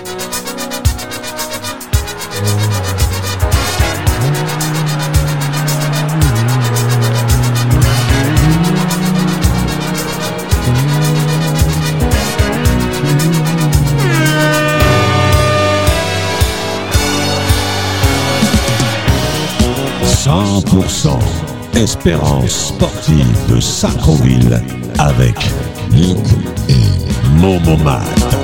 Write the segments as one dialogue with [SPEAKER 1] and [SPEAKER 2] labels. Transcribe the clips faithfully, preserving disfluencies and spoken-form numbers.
[SPEAKER 1] cent pour cent Espérance sportive de Sartrouville avec Nick et Momomad.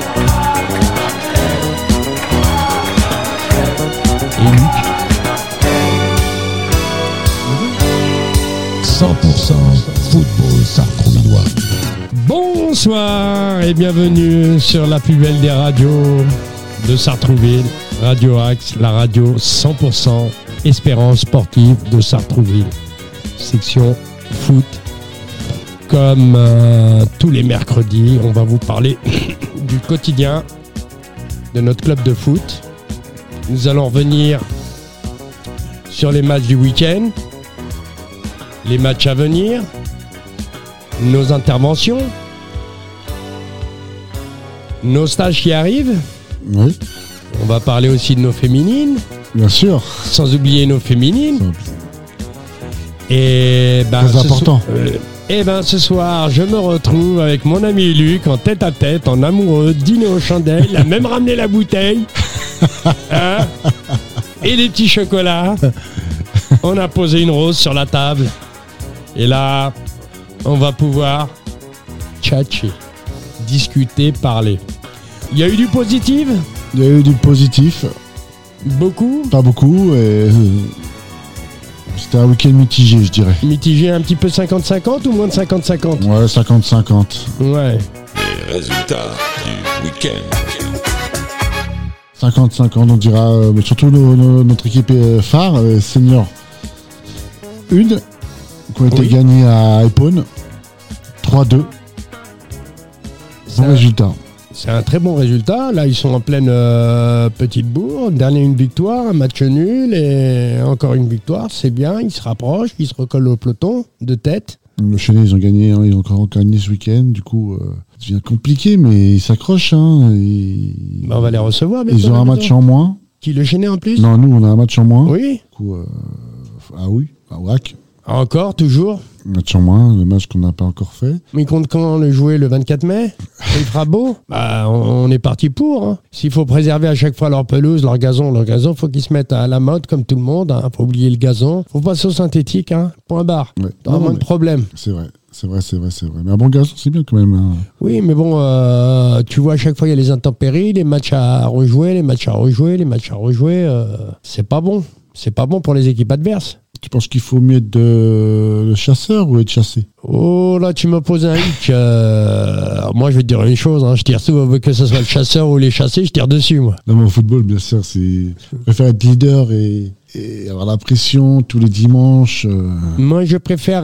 [SPEAKER 1] cent pour cent football sartrouvillois.
[SPEAKER 2] Bonsoir et bienvenue sur la plus belle des radios de Sartrouville, Radio Axe, la radio cent pour cent Espérance sportive de Sartrouville, section foot. Comme euh, tous les mercredis, on va vous parler du quotidien de notre club de foot. Nous allons revenir sur les matchs du week-end, les matchs à venir, nos interventions, nos stages qui arrivent.
[SPEAKER 3] Oui.
[SPEAKER 2] On va parler aussi de nos féminines.
[SPEAKER 3] Bien sûr.
[SPEAKER 2] Sans oublier nos féminines. Et ben,
[SPEAKER 3] Très important.
[SPEAKER 2] So- euh, et ben ce soir, je me retrouve avec mon ami Luc en tête à tête, en amoureux, dîner aux chandelles. Il a même ramené la bouteille. Hein, et les petits chocolats. On a posé une rose sur la table. Et là, on va pouvoir tchatcher, discuter, parler. Il y a eu du positif.
[SPEAKER 3] Il y a eu du positif.
[SPEAKER 2] Beaucoup.
[SPEAKER 3] Pas beaucoup. Et c'était un week-end mitigé, je dirais.
[SPEAKER 2] Mitigé un petit peu cinquante cinquante ou moins de cinquante cinquante?
[SPEAKER 3] Ouais, cinquante cinquante.
[SPEAKER 2] Ouais.
[SPEAKER 1] Les résultats du week-end.
[SPEAKER 3] cinquante cinquante, on dira. Euh, mais surtout nos, nos, notre équipe phare, euh, Senior un, qui ont été
[SPEAKER 2] Oui.
[SPEAKER 3] gagnés à Epone. trois deux. Bon
[SPEAKER 2] Ça-
[SPEAKER 3] résultat.
[SPEAKER 2] C'est un très bon résultat. Là, ils sont en pleine euh, petite bourre. Dernier, une victoire, un match nul et encore une victoire. C'est bien. Ils se rapprochent, ils se recollent au peloton de tête.
[SPEAKER 3] Le Chenet, ils ont gagné, hein, ils ont encore gagné ce week-end. Du coup, euh, ça devient compliqué, mais ils s'accrochent. Hein, et-
[SPEAKER 2] Bah, on va les recevoir. bientôt,
[SPEAKER 3] Ils ont un
[SPEAKER 2] bientôt.
[SPEAKER 3] match en moins.
[SPEAKER 2] Qui le gênait en plus?
[SPEAKER 3] Non, nous, on a un match en moins.
[SPEAKER 2] Oui.
[SPEAKER 3] Du coup, euh, ah oui, à Ouac.
[SPEAKER 2] Encore, toujours.
[SPEAKER 3] Un match en moins, le match qu'on n'a pas encore fait.
[SPEAKER 2] Mais ils comptent quand le jouer le vingt-quatre mai? Il fera beau. Bah, on, on est parti pour. Hein. S'il faut préserver à chaque fois leur pelouse, leur gazon, leur gazon, faut qu'ils se mettent à la mode comme tout le monde. Hein. Faut oublier le gazon. Faut passer au synthétique. Hein. Point barre.
[SPEAKER 3] Ouais.
[SPEAKER 2] T'auras
[SPEAKER 3] Non,
[SPEAKER 2] moins
[SPEAKER 3] mais
[SPEAKER 2] de problèmes.
[SPEAKER 3] C'est vrai, c'est vrai, c'est vrai, c'est vrai. Mais un bon gazon, c'est bien quand même. Hein.
[SPEAKER 2] Oui, mais bon, euh, tu vois, à chaque fois, il y a les intempéries, les matchs à rejouer, les matchs à rejouer, les matchs à rejouer. Euh, c'est pas bon. C'est pas bon pour les équipes adverses.
[SPEAKER 3] Tu penses qu'il faut mieux être de... le chasseur ou être chassé?
[SPEAKER 2] Oh là, tu me poses un hic. Euh, moi, je vais te dire une chose. Hein, je tire tout, que ce soit le chasseur ou les chassés, je tire dessus, moi.
[SPEAKER 3] Non, mais au football, bien sûr, c'est. Je préfère être leader et, et avoir la pression tous les dimanches. Euh...
[SPEAKER 2] Moi, je préfère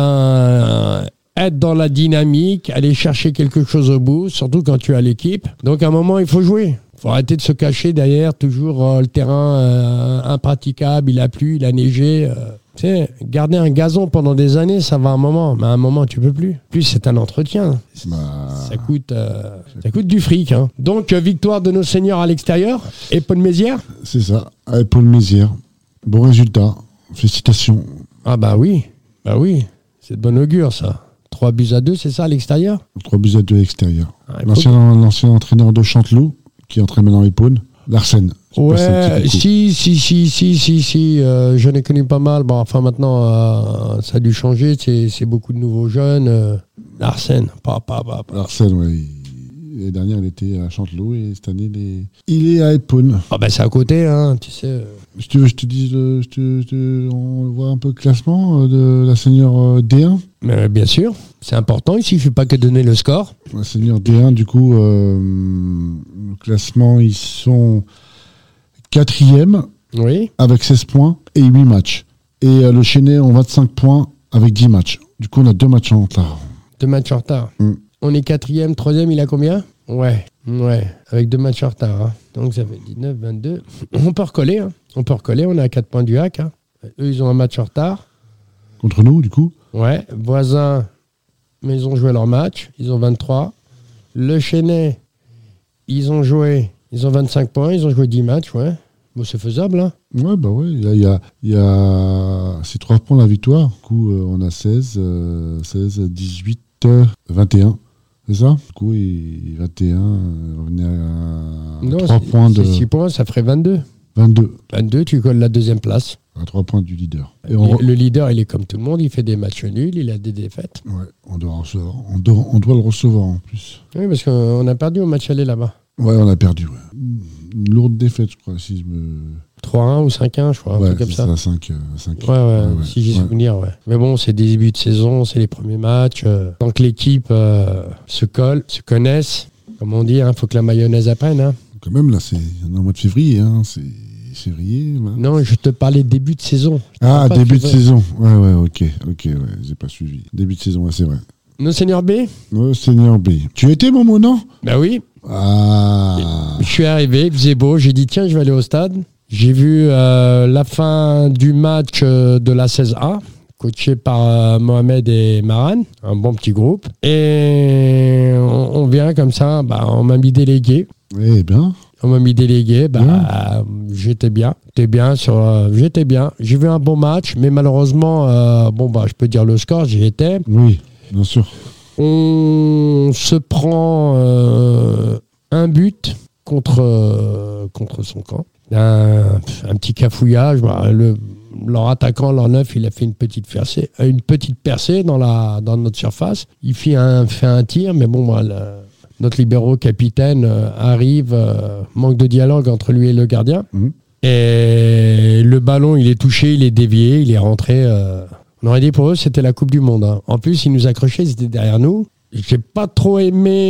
[SPEAKER 2] euh, être dans la dynamique, aller chercher quelque chose au bout, surtout quand tu as l'équipe. Donc, à un moment, il faut jouer. Il faut arrêter de se cacher derrière toujours euh, le terrain euh, impraticable, il a plu, il a neigé. Euh. Tu sais, garder un gazon pendant des années, ça va un moment, mais à un moment, tu peux plus. Plus, c'est un entretien.
[SPEAKER 3] Bah...
[SPEAKER 2] Ça coûte, euh, ça coûte du fric. Hein. Donc, euh, victoire de nos seniors à l'extérieur. Et Paul Mézières.
[SPEAKER 3] C'est ça, avec Paul Mézières. Bon résultat, félicitations.
[SPEAKER 2] Ah bah oui, bah oui, c'est de bon augure ça. trois buts à deux, c'est ça à l'extérieur?
[SPEAKER 3] Trois buts à deux à l'extérieur.
[SPEAKER 2] Ah, il faut
[SPEAKER 3] L'ancien, l'ancien entraîneur de Chanteloup, qui entraîne maintenant Epone, Larsen.
[SPEAKER 2] Ouais, si, si, si, si, si, si, euh, je l'ai connu pas mal. Bon, enfin maintenant, euh, ça a dû changer. C'est, c'est beaucoup de nouveaux jeunes. Euh, Larsen, pas, pas, pas, pas.
[SPEAKER 3] Larsen, oui. L'année dernière, il était à Chanteloup et cette année, il est, il est à Epone.
[SPEAKER 2] Ah ben c'est à côté, hein, tu sais.
[SPEAKER 3] Si tu veux, je te dis, le- je te, je te- on voit un peu le classement euh, de la senior euh, D un.
[SPEAKER 2] Mais bien sûr, c'est important. Il suffit pas que de donner le score.
[SPEAKER 3] La senior D un, du coup, euh, le classement, ils sont quatrième
[SPEAKER 2] Oui.
[SPEAKER 3] avec seize points et huit matchs. Et euh, le Chenet ont vingt-cinq points avec dix matchs. Du coup, on a deux matchs en retard.
[SPEAKER 2] Deux matchs en retard.
[SPEAKER 3] Mm.
[SPEAKER 2] On est quatrième, troisième, il a combien? Ouais, ouais, avec deux matchs en retard. Hein. Donc ça fait dix-neuf, vingt-deux. On peut recoller, hein. On peut recoller, on est à quatre points du hack. Hein. Eux, ils ont un match en retard.
[SPEAKER 3] Contre nous, du coup.
[SPEAKER 2] Ouais, voisins, mais ils ont joué leur match. Ils ont vingt-trois. Le Chenet, ils ont joué. Ils ont vingt-cinq points, ils ont joué dix matchs, ouais. Bon, c'est faisable, hein.
[SPEAKER 3] Ouais, bah ouais. Il y a, il y a, il y a... C'est trois points la victoire. Du coup, euh, on a seize, euh, seize, dix-huit, vingt et un. C'est ça? Du coup, et vingt et un, euh, on est à
[SPEAKER 2] Non,
[SPEAKER 3] trois
[SPEAKER 2] c'est-
[SPEAKER 3] points de...
[SPEAKER 2] c'est six points, ça ferait vingt-deux.
[SPEAKER 3] vingt-deux.
[SPEAKER 2] vingt-deux, tu colles la deuxième place.
[SPEAKER 3] À trois points du leader. Et on,
[SPEAKER 2] Le leader, il est comme tout le monde, il fait des matchs nuls, il a des défaites.
[SPEAKER 3] ouais, on, doit recevoir. On, doit, on doit le recevoir en plus.
[SPEAKER 2] Oui, parce qu'on a perdu au match aller là-bas.
[SPEAKER 3] Ouais, on a perdu. Ouais. Une lourde défaite, je crois, si je me...
[SPEAKER 2] trois un ou cinq un, je crois, un
[SPEAKER 3] ouais,
[SPEAKER 2] truc comme
[SPEAKER 3] c'est
[SPEAKER 2] ça.
[SPEAKER 3] ça, cinq, cinq.
[SPEAKER 2] Ouais, ouais,
[SPEAKER 3] ouais, ouais.
[SPEAKER 2] si j'ai
[SPEAKER 3] Ouais.
[SPEAKER 2] souvenir, ouais. Mais bon, c'est des débuts de saison, c'est les premiers matchs. euh, tant que l'équipe euh, se colle, se connaisse, comme on dit, il faut que la mayonnaise apprenne. Hein.
[SPEAKER 3] Quand même, là, c'est on est au mois de février. Hein, c'est février. Là.
[SPEAKER 2] Non, je te parlais début de saison. Je te
[SPEAKER 3] Ah,
[SPEAKER 2] parle pas
[SPEAKER 3] début de
[SPEAKER 2] février.
[SPEAKER 3] saison. Ouais, ouais, ok. Ok, ouais, j'ai pas suivi. Début de saison, ouais, c'est vrai.
[SPEAKER 2] Nos seigneurs B.
[SPEAKER 3] Oh, Seigneur B. Tu étais, mon non?
[SPEAKER 2] Bah oui,
[SPEAKER 3] Ah.
[SPEAKER 2] je suis arrivé, il faisait beau, j'ai dit tiens, je vais aller au stade. J'ai vu euh, la fin du match euh, de la seize A, coaché par euh, Mohamed et Maran, un bon petit groupe. Et on, on vient comme ça, bah, on m'a mis délégué.
[SPEAKER 3] Eh bien.
[SPEAKER 2] On m'a mis délégué, bah,
[SPEAKER 3] Bien.
[SPEAKER 2] j'étais bien. J'étais bien, sur, euh, j'étais bien. J'ai vu un bon match, mais malheureusement, euh, bon, bah, je peux dire le score, j'y étais.
[SPEAKER 3] Oui, bien sûr.
[SPEAKER 2] On se prend euh, un but contre, euh, contre son camp. Un, un petit cafouillage. Bah, le, leur attaquant, leur neuf, il a fait une petite percée, une petite percée dans, la, dans notre surface. Il fait un, fait un tir, mais bon, bah, le, notre libéraux capitaine euh, arrive, euh, manque de dialogue entre lui et le gardien.
[SPEAKER 3] Mhm.
[SPEAKER 2] Et le ballon, il est touché, il est dévié, il est rentré. Euh, on aurait dit pour eux, c'était la Coupe du Monde. Hein. En plus, ils nous accrochaient, ils étaient derrière nous. J'ai pas trop aimé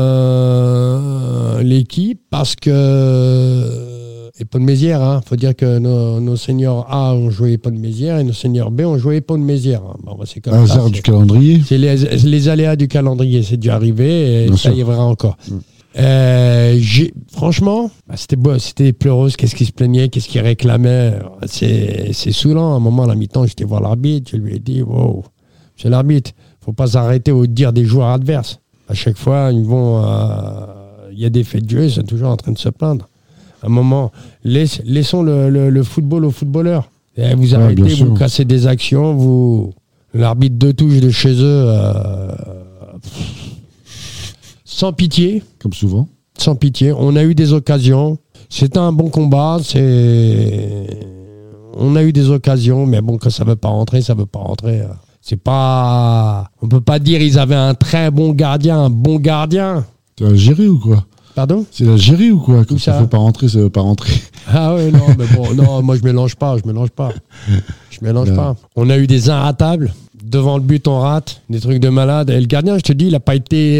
[SPEAKER 2] euh, l'équipe parce que. Et Pont-de-Mézières, hein. Faut dire que nos, nos seniors A ont joué Pont-de-Mézières et nos seniors B ont joué Pont-de-Mézières. Hein. Bon, bah, c'est comme ça.
[SPEAKER 3] Hasard
[SPEAKER 2] c'est-
[SPEAKER 3] du calendrier.
[SPEAKER 2] c'est les, les aléas du calendrier, c'est déjà arrivé et
[SPEAKER 3] Bien
[SPEAKER 2] ça
[SPEAKER 3] sûr.
[SPEAKER 2] y arrivera encore.
[SPEAKER 3] Mm.
[SPEAKER 2] Euh, j'ai- franchement, bah, c'était beau, c'était pleureuse, qu'est-ce qui se plaignait, qu'est-ce qui réclamait. C'est, c'est saoulant. À un moment, à la mi-temps, j'étais voir l'arbitre, je lui ai dit, wow, c'est l'arbitre, faut pas s'arrêter au dire des joueurs adverses. À chaque fois, ils vont, il y a des faits de jeu, ils sont toujours en train de se plaindre. À un moment, laisse- laissons le, le- le football aux footballeurs. Et vous
[SPEAKER 3] Ouais,
[SPEAKER 2] arrêtez,
[SPEAKER 3] bien sûr.
[SPEAKER 2] vous cassez des actions, vous l'arbitre de touche de chez eux, euh, sans pitié,
[SPEAKER 3] Comme souvent.
[SPEAKER 2] sans pitié. On a eu des occasions. C'était un bon combat. C'est, on a eu des occasions, mais bon, quand ça veut pas rentrer, ça veut pas rentrer. C'est pas, on peut pas dire ils avaient un très bon gardien, un bon gardien.
[SPEAKER 3] C'est l'Algérie ou quoi?
[SPEAKER 2] Pardon?
[SPEAKER 3] C'est l'Algérie ou quoi? Quand
[SPEAKER 2] Où
[SPEAKER 3] ça
[SPEAKER 2] ça
[SPEAKER 3] ne fait pas rentrer, ça ne veut pas rentrer.
[SPEAKER 2] Ah ouais, non, mais bon, non, moi je mélange pas, je mélange pas. Je mélange
[SPEAKER 3] Non.
[SPEAKER 2] pas. On a eu des inratables. Devant le but, on rate. Des trucs de malade. Et le gardien, je te dis, il n'a pas été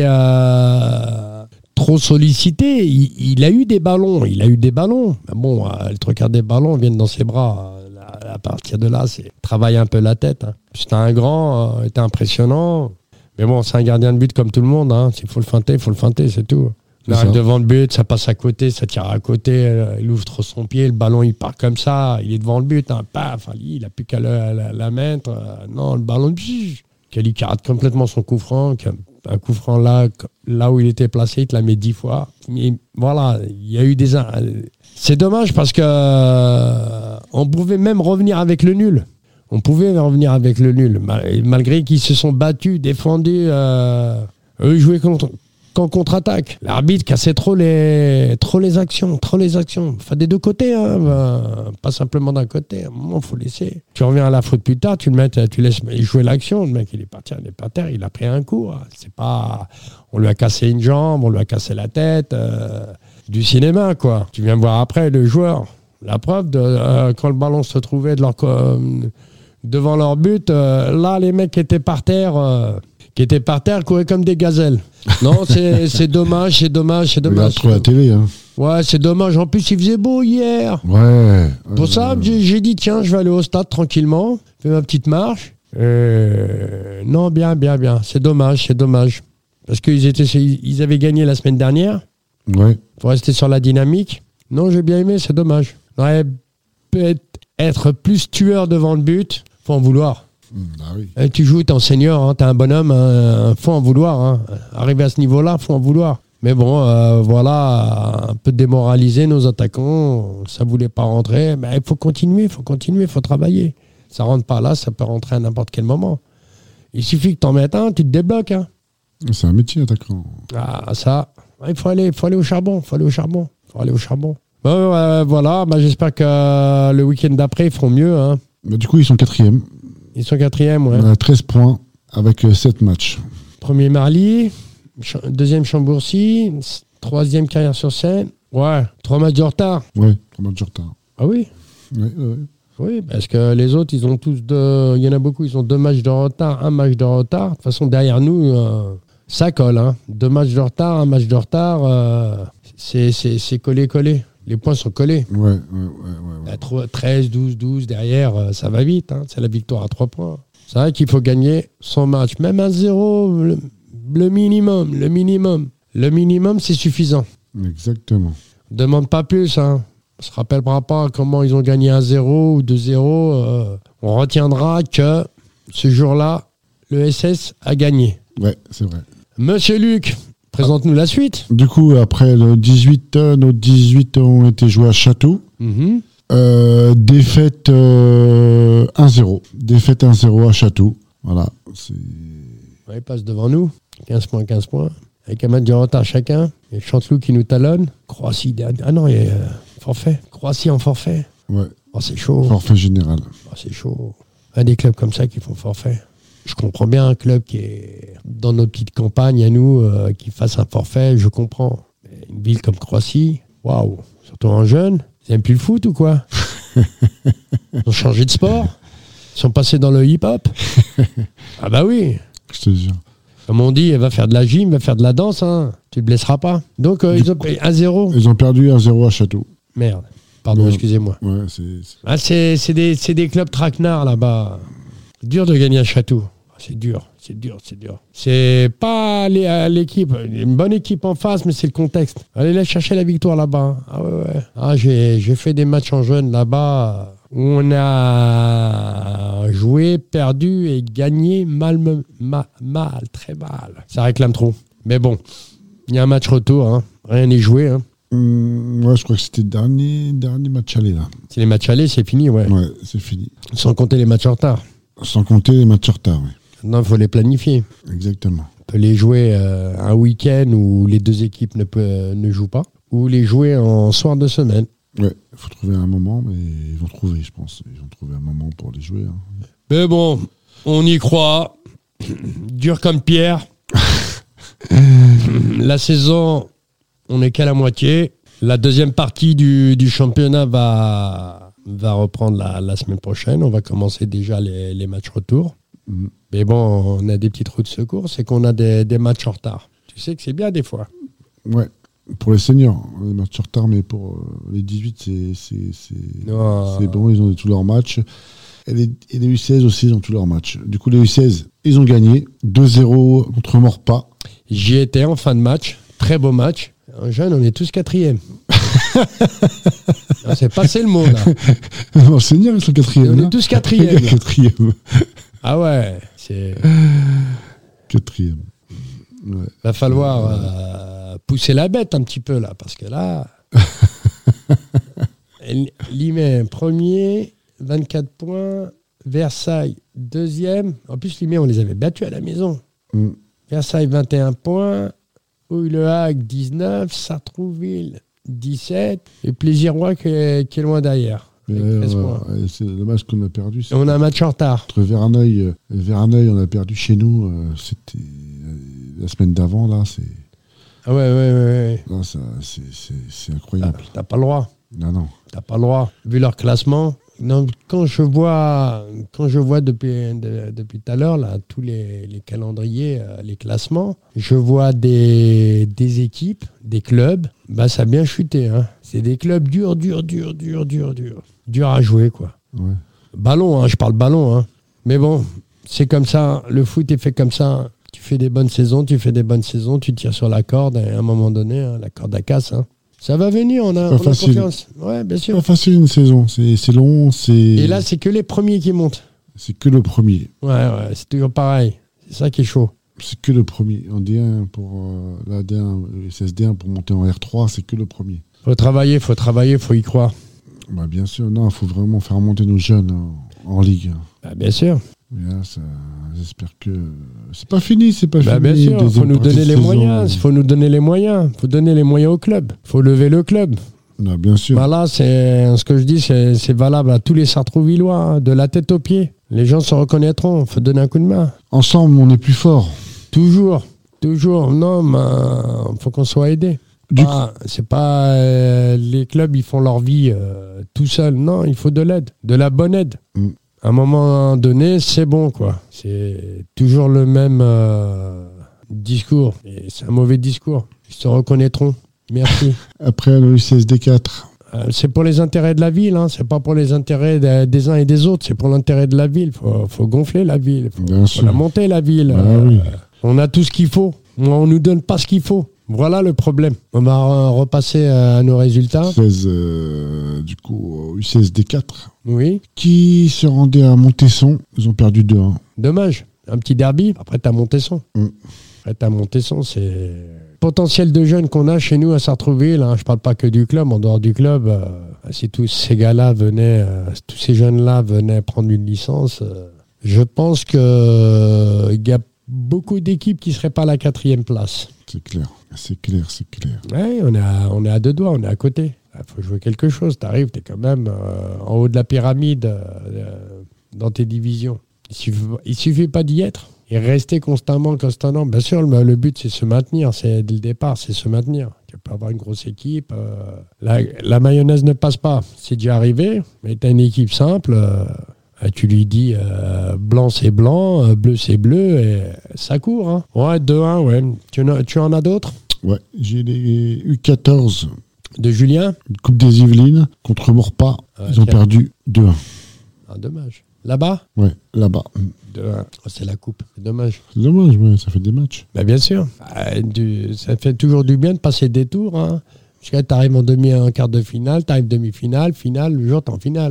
[SPEAKER 2] euh, trop sollicité. Il, il a eu des ballons. Il a eu des ballons. Mais bon, euh, le trois quarts des ballons viennent dans ses bras. À, à partir de là, c'est travailler un peu la tête. Hein. C'était un grand, euh, était impressionnant. Mais bon, c'est un gardien de but comme tout le monde. Hein. S'il faut le feinter, il faut le feinter, c'est tout. Il
[SPEAKER 3] C'est
[SPEAKER 2] arrive
[SPEAKER 3] ça.
[SPEAKER 2] devant le but, ça passe à côté, ça tire à côté, euh, il ouvre trop son pied, le ballon il part comme ça, il est devant le but, hein, paf, il n'a plus qu'à la, la- la mettre. euh, non, le ballon, pff, Kelly qui rate complètement son coup franc, qui a un coup franc là, là où il était placé, il te la met dix fois. Mais voilà, il y a eu des... in- C'est dommage parce que euh, on pouvait même revenir avec le nul. On pouvait revenir avec le nul, mal- malgré qu'ils se sont battus, défendus. Euh, eux, ils jouaient contre... qu'en contre-attaque. L'arbitre cassait trop les, trop les actions, trop les actions. Enfin, des deux côtés, hein, bah, pas simplement d'un côté. À un moment, il faut laisser. Tu reviens à la faute plus tard, tu le mets, tu laisses jouer l'action. Le mec, il est parti, il est par terre, il a pris un coup. Hein. C'est pas, on lui a cassé une jambe, on lui a cassé la tête. Euh, du cinéma, quoi. Tu viens voir après le joueur. La preuve, de, euh, quand le ballon se trouvait de leur, euh, devant leur but, euh, là, les mecs qui étaient par terre... Euh, qui étaient par terre, couraient comme des gazelles. Non, c'est, c'est dommage, c'est dommage, c'est
[SPEAKER 3] Regarde
[SPEAKER 2] dommage.
[SPEAKER 3] trop la télé. Hein.
[SPEAKER 2] Ouais, c'est dommage. En plus, il faisait beau hier.
[SPEAKER 3] Ouais.
[SPEAKER 2] Pour ça, j'ai, j'ai dit, tiens, je vais aller au stade tranquillement, faire ma petite marche. Euh, non, bien, bien, bien. C'est dommage, c'est dommage. Parce qu'ils étaient, ils avaient gagné la semaine dernière.
[SPEAKER 3] Ouais.
[SPEAKER 2] Faut rester sur la dynamique. Non, j'ai bien aimé, c'est dommage. Ouais, peut-être être plus tueur devant le but, faut en vouloir.
[SPEAKER 3] Mmh, bah oui.
[SPEAKER 2] Eh, tu joues, t'es en senior, hein, t'es un bonhomme, hein, faut en vouloir. Hein. Arriver à ce niveau-là, faut en vouloir. Mais bon, euh, voilà, un peu démoralisé nos attaquants. Ça ne voulait pas rentrer. Mais il faut continuer, il faut continuer, il faut travailler. Ça ne rentre pas là, ça peut rentrer à n'importe quel moment. Il suffit que tu en mettes un, tu te débloques. Hein.
[SPEAKER 3] C'est un métier, attaquant.
[SPEAKER 2] Ah, ça, il faut aller, faut aller au charbon, il faut aller au charbon. faut aller au charbon. Bon, euh, voilà, bah, j'espère que euh, le week-end d'après, ils feront mieux. Hein.
[SPEAKER 3] Bah, du coup, ils sont quatrième.
[SPEAKER 2] Ils sont quatrième, ouais.
[SPEAKER 3] On a treize points avec euh, sept matchs.
[SPEAKER 2] Premier Marly, ch- deuxième Chambourcy, troisième Carrière-sur-Seine. Ouais, trois matchs de retard.
[SPEAKER 3] Ouais, trois matchs de retard.
[SPEAKER 2] Ah oui?
[SPEAKER 3] Ouais, ouais.
[SPEAKER 2] Oui, parce que les autres, ils ont tous deux. Il y en a beaucoup, ils ont deux matchs de retard, un match de retard. De toute façon, derrière nous, euh, ça colle. Hein. Deux matchs de retard, un match de retard, euh, c'est, c'est, c'est collé-collé. Les points sont collés.
[SPEAKER 3] Ouais, ouais, ouais. ouais, ouais.
[SPEAKER 2] treize, douze, douze, derrière, euh, ça va vite. Hein. C'est la victoire à trois points. C'est vrai qu'il faut gagner son match. Même un zéro, le, le minimum, le minimum. Le minimum, c'est suffisant.
[SPEAKER 3] Exactement.
[SPEAKER 2] Demande pas plus, hein. On se rappellera pas comment ils ont gagné un zéro ou deux zéro. Euh, on retiendra que ce jour-là, le S S a gagné.
[SPEAKER 3] Ouais, c'est vrai.
[SPEAKER 2] Monsieur Luc, présente-nous la suite.
[SPEAKER 3] Du coup, après le dix-huit, nos dix-huit ont été joués à Château.
[SPEAKER 2] Mm-hmm.
[SPEAKER 3] Euh, défaite euh, un zéro. Défaite un zéro à Château. Voilà. C'est...
[SPEAKER 2] Ouais, il passe devant nous. quinze points, quinze points. Avec un match de retard chacun. Et Chanteloup qui nous talonne. Croatie, ah non, il y a euh, forfait. Croatie en forfait.
[SPEAKER 3] Ouais.
[SPEAKER 2] Oh, c'est chaud.
[SPEAKER 3] Forfait général.
[SPEAKER 2] Oh, c'est chaud. Un des clubs comme ça qui font forfait. Je comprends bien un club qui est dans notre petite campagne à nous, euh, qui fasse un forfait, je comprends. Mais une ville comme Croatie, waouh. Surtout en jeune, ils n'aiment plus le foot ou quoi? Ils ont changé de sport. Ils sont passés dans le hip-hop. Ah bah oui.
[SPEAKER 3] Je te jure.
[SPEAKER 2] Comme on dit, elle va faire de la gym, va faire de la danse, hein. Tu te blesseras pas. Donc, euh, ils ont payé un zéro.
[SPEAKER 3] Ils ont perdu un zéro à Château.
[SPEAKER 2] Merde. Pardon,
[SPEAKER 3] Ouais.
[SPEAKER 2] excusez-moi.
[SPEAKER 3] Ouais, c'est... c'est...
[SPEAKER 2] Ah, c'est, c'est, des, c'est des clubs traquenards là-bas. C'est dur de gagner à Château. C'est dur, c'est dur, c'est dur. C'est pas les, euh, l'équipe. Une bonne équipe en face, mais c'est le contexte. Allez là chercher la victoire là-bas. Ah ouais, ouais. Ah, j'ai, j'ai fait des matchs en jeune là-bas où on a joué, perdu et gagné mal, mal, mal, très mal. Ça réclame trop. Mais bon, il y a un match retour, hein. Rien n'est joué. Hein.
[SPEAKER 3] Hum, ouais, je crois que c'était le dernier, dernier match aller, là.
[SPEAKER 2] C'est les matchs allés, c'est fini, ouais.
[SPEAKER 3] Ouais, c'est fini.
[SPEAKER 2] Sans compter les matchs en retard.
[SPEAKER 3] Sans compter les matchs en retard, ouais.
[SPEAKER 2] Maintenant, il faut les planifier.
[SPEAKER 3] Exactement.
[SPEAKER 2] On peut les jouer euh, un week-end où les deux équipes ne, peut, ne jouent pas, ou les jouer en soir de semaine.
[SPEAKER 3] Ouais, il faut trouver un moment, mais ils vont trouver, je pense. Ils vont trouver un moment pour les jouer. Hein.
[SPEAKER 2] Mais bon, on y croit. Dur comme pierre. La saison, on n'est qu'à la moitié. La deuxième partie du, du championnat va, va reprendre la, la semaine prochaine. On va commencer déjà les, les matchs retour.
[SPEAKER 3] Mmh.
[SPEAKER 2] Mais bon, on a des petites routes de secours, c'est qu'on a des, des matchs en retard. Tu sais que c'est bien des fois.
[SPEAKER 3] Ouais, pour les seniors, les matchs en retard, mais pour euh, les dix-huit, c'est, c'est, c'est,
[SPEAKER 2] Non.
[SPEAKER 3] c'est bon, ils ont tous leurs matchs. Et les, et les U seize aussi, ils ont tous leurs matchs. Du coup, les U seize, ils ont gagné deux zéro contre Morpa.
[SPEAKER 2] J'y étais en fin de match, très beau match. En jeune, on est tous quatrième. Non, c'est passé le mot, là.
[SPEAKER 3] En senior, ils sont quatrième.
[SPEAKER 2] On
[SPEAKER 3] là.
[SPEAKER 2] est tous quatrième.
[SPEAKER 3] Quatrième.
[SPEAKER 2] Ah ouais, c'est...
[SPEAKER 3] Quatrième. Ouais.
[SPEAKER 2] Va falloir euh, pousser la bête un petit peu, là, parce que là... Limay, premier, vingt-quatre points. Versailles, deuxième. En plus, Limay, on les avait battus à la maison.
[SPEAKER 3] Mm.
[SPEAKER 2] Versailles, vingt et un points. Houille-le Hague, dix-neuf. Sartrouville, dix-sept. Et Plaisir-Roi qui est, qui est loin derrière. Avec
[SPEAKER 3] Ouais,
[SPEAKER 2] treize
[SPEAKER 3] ouais,
[SPEAKER 2] points.
[SPEAKER 3] ouais, c'est le match qu'on a perdu.
[SPEAKER 2] Et on a un match en retard.
[SPEAKER 3] Entre Verneuil, euh, Verneuil, on a perdu chez nous. euh, c'était euh, la semaine d'avant, là, c'est,
[SPEAKER 2] Ah ouais, ouais, ouais. ouais.
[SPEAKER 3] là, ça, c'est, c'est, c'est incroyable.
[SPEAKER 2] T'as pas le droit.
[SPEAKER 3] Non, non.
[SPEAKER 2] T'as pas le droit. Vu leur classement. Non, quand je vois, quand je vois depuis, de- depuis tout à l'heure là, tous les, les calendriers, euh, les classements, je vois des, des équipes, des clubs, bah ça a bien chuté. Hein. C'est des clubs durs, durs, durs, durs, durs, durs. Durs à jouer, quoi.
[SPEAKER 3] Ouais.
[SPEAKER 2] Ballon, hein, je parle ballon. Hein. Mais bon, c'est comme ça. Le foot est fait comme ça. Tu fais des bonnes saisons, tu fais des bonnes saisons, tu tires sur la corde et à un moment donné, hein, la corde à casse. Hein. Ça va venir, on a,
[SPEAKER 3] Pas
[SPEAKER 2] on a
[SPEAKER 3] facile.
[SPEAKER 2] confiance. Ouais, bien
[SPEAKER 3] C'est
[SPEAKER 2] sûr.
[SPEAKER 3] pas facile une saison. C'est, c'est long. C'est,
[SPEAKER 2] Et là, c'est que les premiers qui montent.
[SPEAKER 3] c'est que le premier.
[SPEAKER 2] Ouais, ouais, c'est toujours pareil. C'est ça qui est chaud.
[SPEAKER 3] C'est que le premier. En D un, pour euh, la D un, le S S D un, pour monter en R trois, c'est que le premier.
[SPEAKER 2] Faut travailler, faut travailler, faut y croire.
[SPEAKER 3] Bah, bien sûr, non, il faut vraiment faire monter nos jeunes en, en Ligue.
[SPEAKER 2] Bah, bien sûr.
[SPEAKER 3] Mais là, ça, j'espère que c'est pas fini, c'est pas
[SPEAKER 2] Bah,
[SPEAKER 3] fini.
[SPEAKER 2] bien sûr, il faut nous donner les
[SPEAKER 3] saison.
[SPEAKER 2] moyens. Il faut nous donner les moyens. Il faut donner les moyens au club. Il faut lever le club.
[SPEAKER 3] Non, bien sûr.
[SPEAKER 2] Bah là, c'est ce que je dis, c'est, c'est valable à tous les Sartrouvillois, hein, de la tête aux pieds. Les gens se reconnaîtront. Il faut donner un coup de main.
[SPEAKER 3] Ensemble, on est plus fort.
[SPEAKER 2] Toujours, toujours. Non, mais il faut qu'on soit aidé.
[SPEAKER 3] Du
[SPEAKER 2] Ah, c'est pas euh, les clubs, ils font leur vie euh, tout seuls. Non, il faut de l'aide, de la bonne aide.
[SPEAKER 3] Mm.
[SPEAKER 2] À un moment donné, c'est bon, quoi. C'est toujours le même euh, discours. Et c'est un mauvais discours. Ils se reconnaîtront. Merci.
[SPEAKER 3] Après, le U C S D quatre.
[SPEAKER 2] Euh, c'est pour les intérêts de la ville, hein. C'est pas pour les intérêts de- des uns et des autres. C'est pour l'intérêt de la ville. Faut, faut gonfler la ville. Faut,
[SPEAKER 3] Bien
[SPEAKER 2] faut
[SPEAKER 3] sûr.
[SPEAKER 2] la monter, la ville.
[SPEAKER 3] Bah
[SPEAKER 2] Euh,
[SPEAKER 3] oui.
[SPEAKER 2] On a tout ce qu'il faut. On nous donne pas ce qu'il faut. Voilà le problème. On va euh, repasser à nos résultats.
[SPEAKER 3] seize, euh, du coup, au U C S D quatre.
[SPEAKER 2] Oui,
[SPEAKER 3] Qui se rendait à Montesson. Ils ont perdu deux un.
[SPEAKER 2] dommage. Un petit derby. Après, t'as Montesson.
[SPEAKER 3] Mm.
[SPEAKER 2] Après, t'as Montesson, c'est potentiel de jeunes qu'on a chez nous à Sartrouville. Hein. Je parle pas que du club. En dehors du club, euh, si tous ces gars-là venaient, euh, tous ces jeunes-là venaient prendre une licence, euh, je pense que euh, il y a beaucoup d'équipes qui seraient pas à la quatrième place.
[SPEAKER 3] C'est clair. C'est clair, c'est clair.
[SPEAKER 2] Ouais, on est à, on est à deux doigts, on est à côté. Il faut jouer quelque chose. T'arrives, t'es quand même euh, en haut de la pyramide euh, dans tes divisions. Il suffit, il suffit pas d'y être et rester constamment, constamment. Bien sûr, le, le but, c'est se maintenir. C'est dès le départ, c'est se maintenir. Tu peux avoir une grosse équipe. euh, la, la mayonnaise ne passe pas. C'est déjà arrivé, mais tu as une équipe simple. euh, tu lui dis euh, blanc, c'est blanc, euh, bleu, c'est bleu, et ça court. Hein. Ouais, deux un, ouais. Tu en as, tu en as d'autres?
[SPEAKER 3] Ouais, j'ai les U quatorze.
[SPEAKER 2] De Julien?
[SPEAKER 3] Coupe des Yvelines contre Maurepas.
[SPEAKER 2] Ouais,
[SPEAKER 3] Ils ont
[SPEAKER 2] tiens.
[SPEAKER 3] perdu deux un.
[SPEAKER 2] Ah, dommage. Là-bas?
[SPEAKER 3] Ouais, là-bas.
[SPEAKER 2] deux un. Oh, c'est la coupe. C'est dommage.
[SPEAKER 3] C'est dommage, mais ça fait des matchs.
[SPEAKER 2] Bah, bien sûr. Ah, du- ça fait toujours du bien de passer des tours. Hein. Parce que tu arrives en demi, en quart de finale, tu arrives demi-finale, finale, le jour tu es en finale.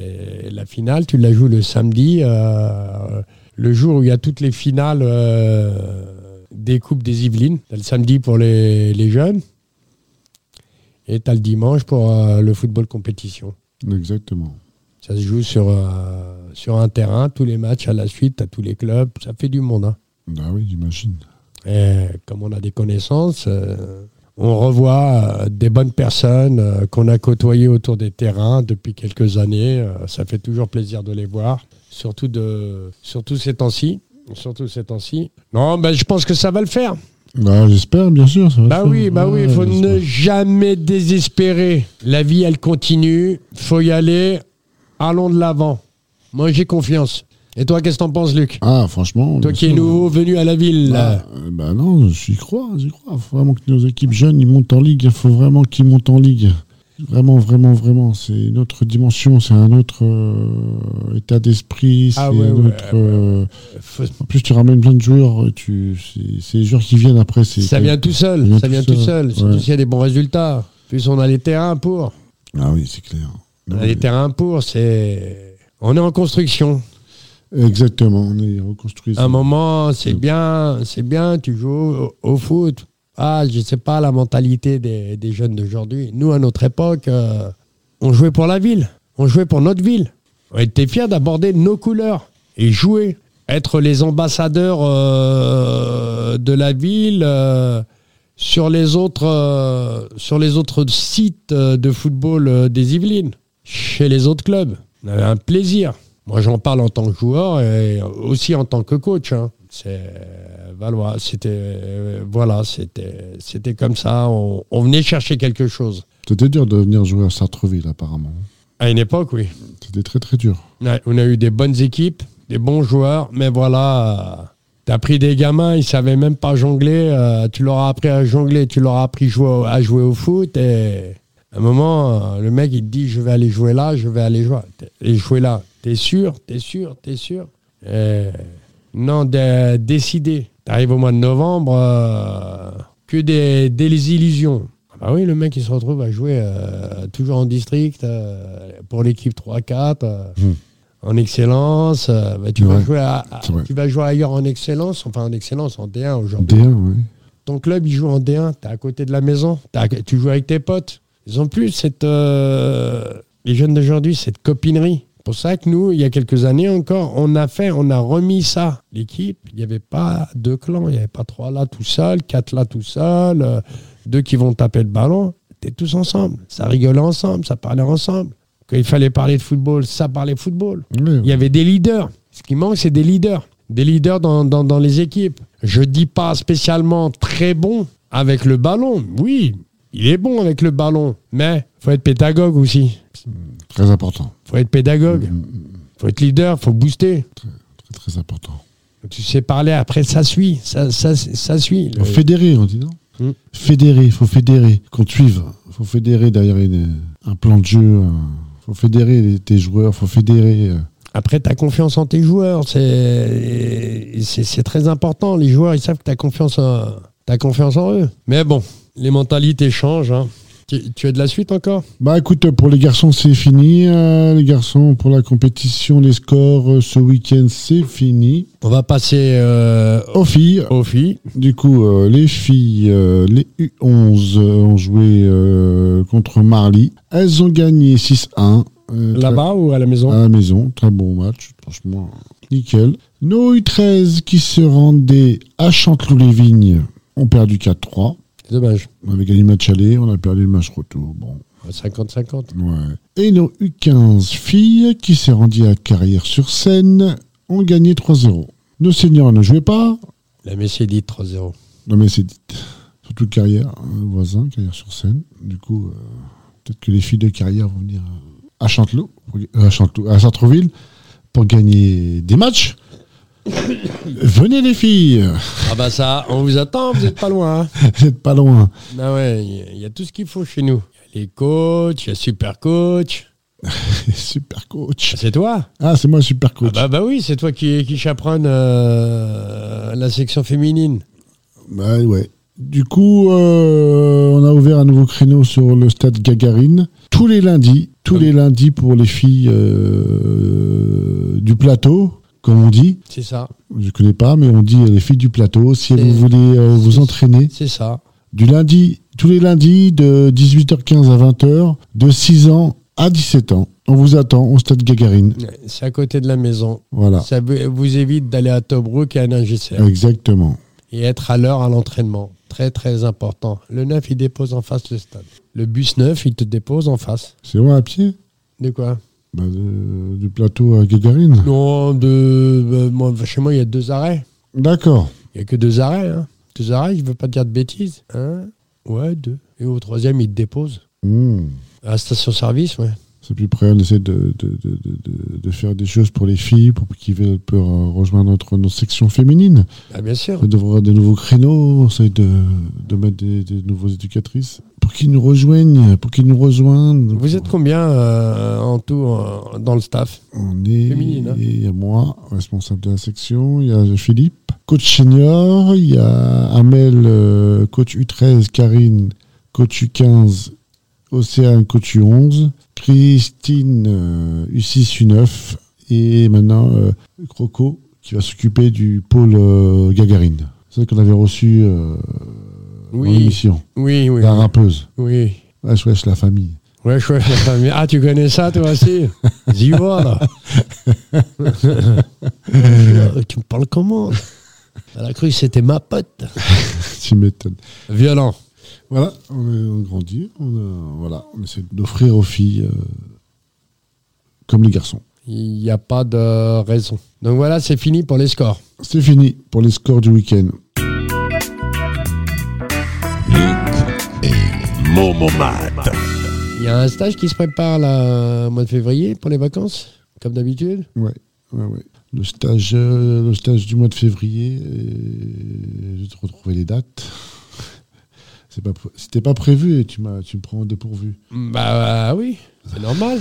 [SPEAKER 2] Et la finale, tu la joues le samedi, euh, le jour où il y a toutes les finales euh, des Coupes des Yvelines. Tu as le samedi pour les, les jeunes et tu as le dimanche pour euh, le football compétition.
[SPEAKER 3] Exactement.
[SPEAKER 2] Ça se joue sur, euh, sur un terrain, tous les matchs à la suite, à tous les clubs. Ça fait du monde. Hein.
[SPEAKER 3] Bah oui, j'imagine.
[SPEAKER 2] Et comme on a des connaissances, euh, on revoit euh, des bonnes personnes euh, qu'on a côtoyées autour des terrains depuis quelques années. Euh, ça fait toujours plaisir de les voir, surtout, de, surtout ces temps-ci. Surtout ces temps-ci. Non, ben, je pense que ça va le faire.
[SPEAKER 3] Bah, j'espère, bien sûr. Ça va
[SPEAKER 2] Bah
[SPEAKER 3] se
[SPEAKER 2] oui,
[SPEAKER 3] faire.
[SPEAKER 2] bah oui, il
[SPEAKER 3] Ouais,
[SPEAKER 2] faut
[SPEAKER 3] j'espère.
[SPEAKER 2] ne jamais désespérer. La vie, elle continue. faut y aller. Allons de l'avant. Moi, j'ai confiance. Et toi, qu'est-ce que t'en penses, Luc?
[SPEAKER 3] Ah, franchement.
[SPEAKER 2] Toi
[SPEAKER 3] bien
[SPEAKER 2] qui es
[SPEAKER 3] sûr.
[SPEAKER 2] nouveau venu à la ville.
[SPEAKER 3] Bah, euh, bah non, j'y crois, j'y crois. Il faut vraiment que nos équipes jeunes ils montent en ligue. Il faut vraiment qu'ils montent en ligue. Vraiment, vraiment, vraiment. C'est une autre dimension, c'est un autre euh, état d'esprit.
[SPEAKER 2] Ah
[SPEAKER 3] c'est
[SPEAKER 2] ouais,
[SPEAKER 3] un
[SPEAKER 2] ouais,
[SPEAKER 3] autre, euh,
[SPEAKER 2] Faut-
[SPEAKER 3] En plus, tu ramènes plein de joueurs. Tu, c'est, c'est les joueurs qui viennent après. C'est,
[SPEAKER 2] Ça vient tout seul,
[SPEAKER 3] vient
[SPEAKER 2] ça
[SPEAKER 3] tout
[SPEAKER 2] vient tout
[SPEAKER 3] seul,
[SPEAKER 2] seul. Surtout
[SPEAKER 3] ouais.
[SPEAKER 2] s'il y a des bons résultats. Plus on a les terrains pour.
[SPEAKER 3] Ah oui, c'est clair.
[SPEAKER 2] On
[SPEAKER 3] Non,
[SPEAKER 2] a les
[SPEAKER 3] mais-
[SPEAKER 2] terrains pour, c'est. On est en construction.
[SPEAKER 3] Exactement, on est reconstruit.
[SPEAKER 2] À un moment, c'est bien, c'est bien, tu joues au, au foot. Ah, je sais pas la mentalité des, des jeunes d'aujourd'hui. Nous, à notre époque, euh, on jouait pour la ville. On jouait pour notre ville. On était fiers d'aborder nos couleurs et jouer. Être les ambassadeurs euh, de la ville euh, sur, les autres, euh, sur les autres sites euh, de football euh, des Yvelines, chez les autres clubs. On avait un plaisir. Moi, j'en parle en tant que joueur et aussi en tant que coach. Hein. C'est Valois, c'était euh, voilà, c'était c'était comme ça. On, on venait chercher quelque chose.
[SPEAKER 3] C'était dur de venir jouer à Sartreville, apparemment.
[SPEAKER 2] À une époque, oui.
[SPEAKER 3] C'était très, très dur.
[SPEAKER 2] Ouais, on a eu des bonnes équipes, des bons joueurs, mais voilà, euh, t'as pris des gamins, ils savaient même pas jongler. euh, tu leur as appris à jongler, tu leur as appris jouer au- à jouer au foot et à un moment, euh, le mec il te dit je vais aller jouer là, je vais aller jouer, et jouer là. T'es sûr, t'es sûr, t'es sûr. Et non, de, décider. T'arrives au mois de novembre, euh, que des, des illusions. Ah bah oui, le mec il se retrouve à jouer euh, toujours en district euh, pour l'équipe trois quatre. euh.
[SPEAKER 3] Mmh.
[SPEAKER 2] en excellence. Euh, bah, tu,
[SPEAKER 3] Ouais,
[SPEAKER 2] vas jouer à, à-
[SPEAKER 3] c'est vrai.
[SPEAKER 2] tu vas jouer ailleurs en excellence, enfin en excellence, en D un aujourd'hui.
[SPEAKER 3] D un, oui.
[SPEAKER 2] Ton club, il joue en D un, t'es à côté de la maison, t'es à- tu joues avec tes potes. Ils ont plus cette... euh, les jeunes d'aujourd'hui, cette copinerie. C'est pour ça que nous, il y a quelques années encore, on a fait, on a remis ça. L'équipe, il n'y avait pas deux clans, il n'y avait pas trois là tout seul, quatre là tout seul, euh, deux qui vont taper le ballon. T'es tous ensemble. Ça rigolait ensemble, ça parlait ensemble. Quand il fallait parler de football, ça parlait football.
[SPEAKER 3] Oui,
[SPEAKER 2] Il y avait des leaders. Ce qui manque, c'est des leaders. Des leaders dans, dans, dans les équipes. Je dis pas spécialement très bon avec le ballon. Oui, il est bon avec le ballon. Mais il faut être pédagogue aussi.
[SPEAKER 3] Très important.
[SPEAKER 2] Il faut être pédagogue.
[SPEAKER 3] Mm,
[SPEAKER 2] Il faut être leader, il faut booster.
[SPEAKER 3] Très, très important.
[SPEAKER 2] Tu sais parler, après ça suit. Ça, ça, ça suit.
[SPEAKER 3] Faut fédérer, on dit, non
[SPEAKER 2] Mm.
[SPEAKER 3] Fédérer, il faut fédérer. Qu'on te suive. Il faut fédérer derrière une- un plan de jeu. Il faut fédérer les- tes joueurs. Il faut fédérer. euh,
[SPEAKER 2] Après, tu as confiance en tes joueurs. C'est, c'est, c'est très important. Les joueurs, ils savent que tu as confiance, en- t'as confiance en eux. Mais bon, les mentalités changent. Hein. Tu, tu as de la suite encore ?
[SPEAKER 3] Bah écoute, pour les garçons, c'est fini. Euh, les garçons, pour la compétition, les scores, euh, ce week-end, c'est fini.
[SPEAKER 2] On va passer euh,
[SPEAKER 3] Aux filles,
[SPEAKER 2] aux filles.
[SPEAKER 3] du coup, euh, les filles, euh, les U onze euh, ont joué euh, contre Marly. Elles ont gagné six un. euh, très-
[SPEAKER 2] Là-bas ou à la maison ?
[SPEAKER 3] À la maison, très bon match, franchement, nickel. Nos U treize qui se rendaient à Chanteloup-les-Vignes ont perdu quatre trois.
[SPEAKER 2] C'est dommage.
[SPEAKER 3] On avait gagné le match aller, on a perdu le match retour. Bon,
[SPEAKER 2] cinquante cinquante.
[SPEAKER 3] ouais. Et nos U quinze filles qui s'est rendues à Carrière-sur-Seine ont gagné trois zéro. Nos seniors ne jouaient pas.
[SPEAKER 2] La Messédite trois zéro.
[SPEAKER 3] Non mais c'est dit. Surtout Carrière, un voisin, Carrière-sur-Seine. Du coup, euh, peut-être que les filles de Carrière vont venir euh, à Chanteloup, pour- euh, à Chanteloup, à Sartrouville pour gagner des matchs. Venez les filles,
[SPEAKER 2] Ah bah ça, on vous attend, vous n'êtes pas loin. Hein.
[SPEAKER 3] vous n'êtes pas loin.
[SPEAKER 2] Ah ouais, il y a- il y, a tout ce qu'il faut chez nous. Il y a les coachs, il y a super coach.
[SPEAKER 3] Super coach.
[SPEAKER 2] C'est toi ?
[SPEAKER 3] Ah, c'est moi super coach.
[SPEAKER 2] Ah bah, bah oui, c'est toi qui, qui chaperonne euh, la section féminine.
[SPEAKER 3] Bah ouais. Du coup, euh, on a ouvert un nouveau créneau sur le stade Gagarine. Tous les lundis, tous
[SPEAKER 2] Ah.
[SPEAKER 3] les lundis pour les filles euh, du plateau, comme on dit.
[SPEAKER 2] C'est ça,
[SPEAKER 3] Je connais pas, mais on dit les filles du plateau. Si
[SPEAKER 2] C'est-
[SPEAKER 3] vous voulez euh, vous
[SPEAKER 2] c'est-
[SPEAKER 3] entraîner,
[SPEAKER 2] c'est ça.
[SPEAKER 3] du lundi, tous les lundis de dix-huit heures quinze à vingt heures, de six ans à dix-sept ans. On vous attend au stade Gagarine.
[SPEAKER 2] Ouais, c'est à côté de la maison.
[SPEAKER 3] Voilà,
[SPEAKER 2] Ça vous vous évite d'aller à Tobruk et à Ningesser.
[SPEAKER 3] exactement.
[SPEAKER 2] Et être à l'heure à l'entraînement. Très très important. Le neuf, il dépose en face le stade. Le bus neuf, il te dépose en face.
[SPEAKER 3] C'est loin à pied
[SPEAKER 2] De quoi ?
[SPEAKER 3] bah de- du plateau à Gagarine.
[SPEAKER 2] Non, de, bah, moi, chez moi, il y a deux arrêts.
[SPEAKER 3] D'accord.
[SPEAKER 2] Il n'y a que deux arrêts. Hein. Deux arrêts, je ne veux pas dire de bêtises. Un, ouais, deux. Et au troisième, il te dépose.
[SPEAKER 3] Mmh.
[SPEAKER 2] À la station-service, ouais.
[SPEAKER 3] C'est plus près, on essaie de, de, de, de, de- de faire des choses pour les filles, pour qu'ils veulent peuvent rejoindre notre, notre section féminine.
[SPEAKER 2] Ah, bien sûr.
[SPEAKER 3] On devrait des nouveaux créneaux, on essaie de, de mettre des, des nouveaux éducatrices pour qu'ils nous rejoignent, pour qu'ils nous rejoignent.
[SPEAKER 2] Vous êtes combien euh, en tout euh, dans le staff ?
[SPEAKER 3] On est,
[SPEAKER 2] Féminine, hein.
[SPEAKER 3] il y a moi, responsable de la section, il y a Philippe, coach senior, il y a Amel, euh, coach U treize, Karine, coach U quinze, Océane, coach U onze, Christine, euh, U six, U neuf, et maintenant euh, Croco, qui va s'occuper du pôle euh, Gagarine. C'est ça qu'on avait reçu euh, dans
[SPEAKER 2] Oui,
[SPEAKER 3] l'émission,
[SPEAKER 2] oui, oui.
[SPEAKER 3] la rappeuse.
[SPEAKER 2] Oui.
[SPEAKER 3] Wesh, wesh, la famille.
[SPEAKER 2] Ouais, chouette, la famille. Ah, tu connais ça, toi aussi ? Dis voilà. Tu me parles comment ? Elle a cru que c'était ma pote.
[SPEAKER 3] Tu m'étonnes.
[SPEAKER 2] Violent.
[SPEAKER 3] Voilà, on, on grandit, on, a- voilà, on essaie d'offrir aux filles euh, comme les garçons.
[SPEAKER 2] Il n'y a pas de raison. Donc voilà, c'est fini pour les scores.
[SPEAKER 3] C'est fini pour les scores du week-end.
[SPEAKER 1] Luc et Momomat.
[SPEAKER 2] Il y a un stage qui se prépare là, au mois de février pour les vacances, comme d'habitude.
[SPEAKER 3] Ouais, ouais, ouais. Le stage, euh, le stage du mois de février, euh, je vais te retrouver les dates. C'est pas, pr- c'était pas prévu et tu, m'as, tu me prends au dépourvu.
[SPEAKER 2] Bah oui, c'est normal.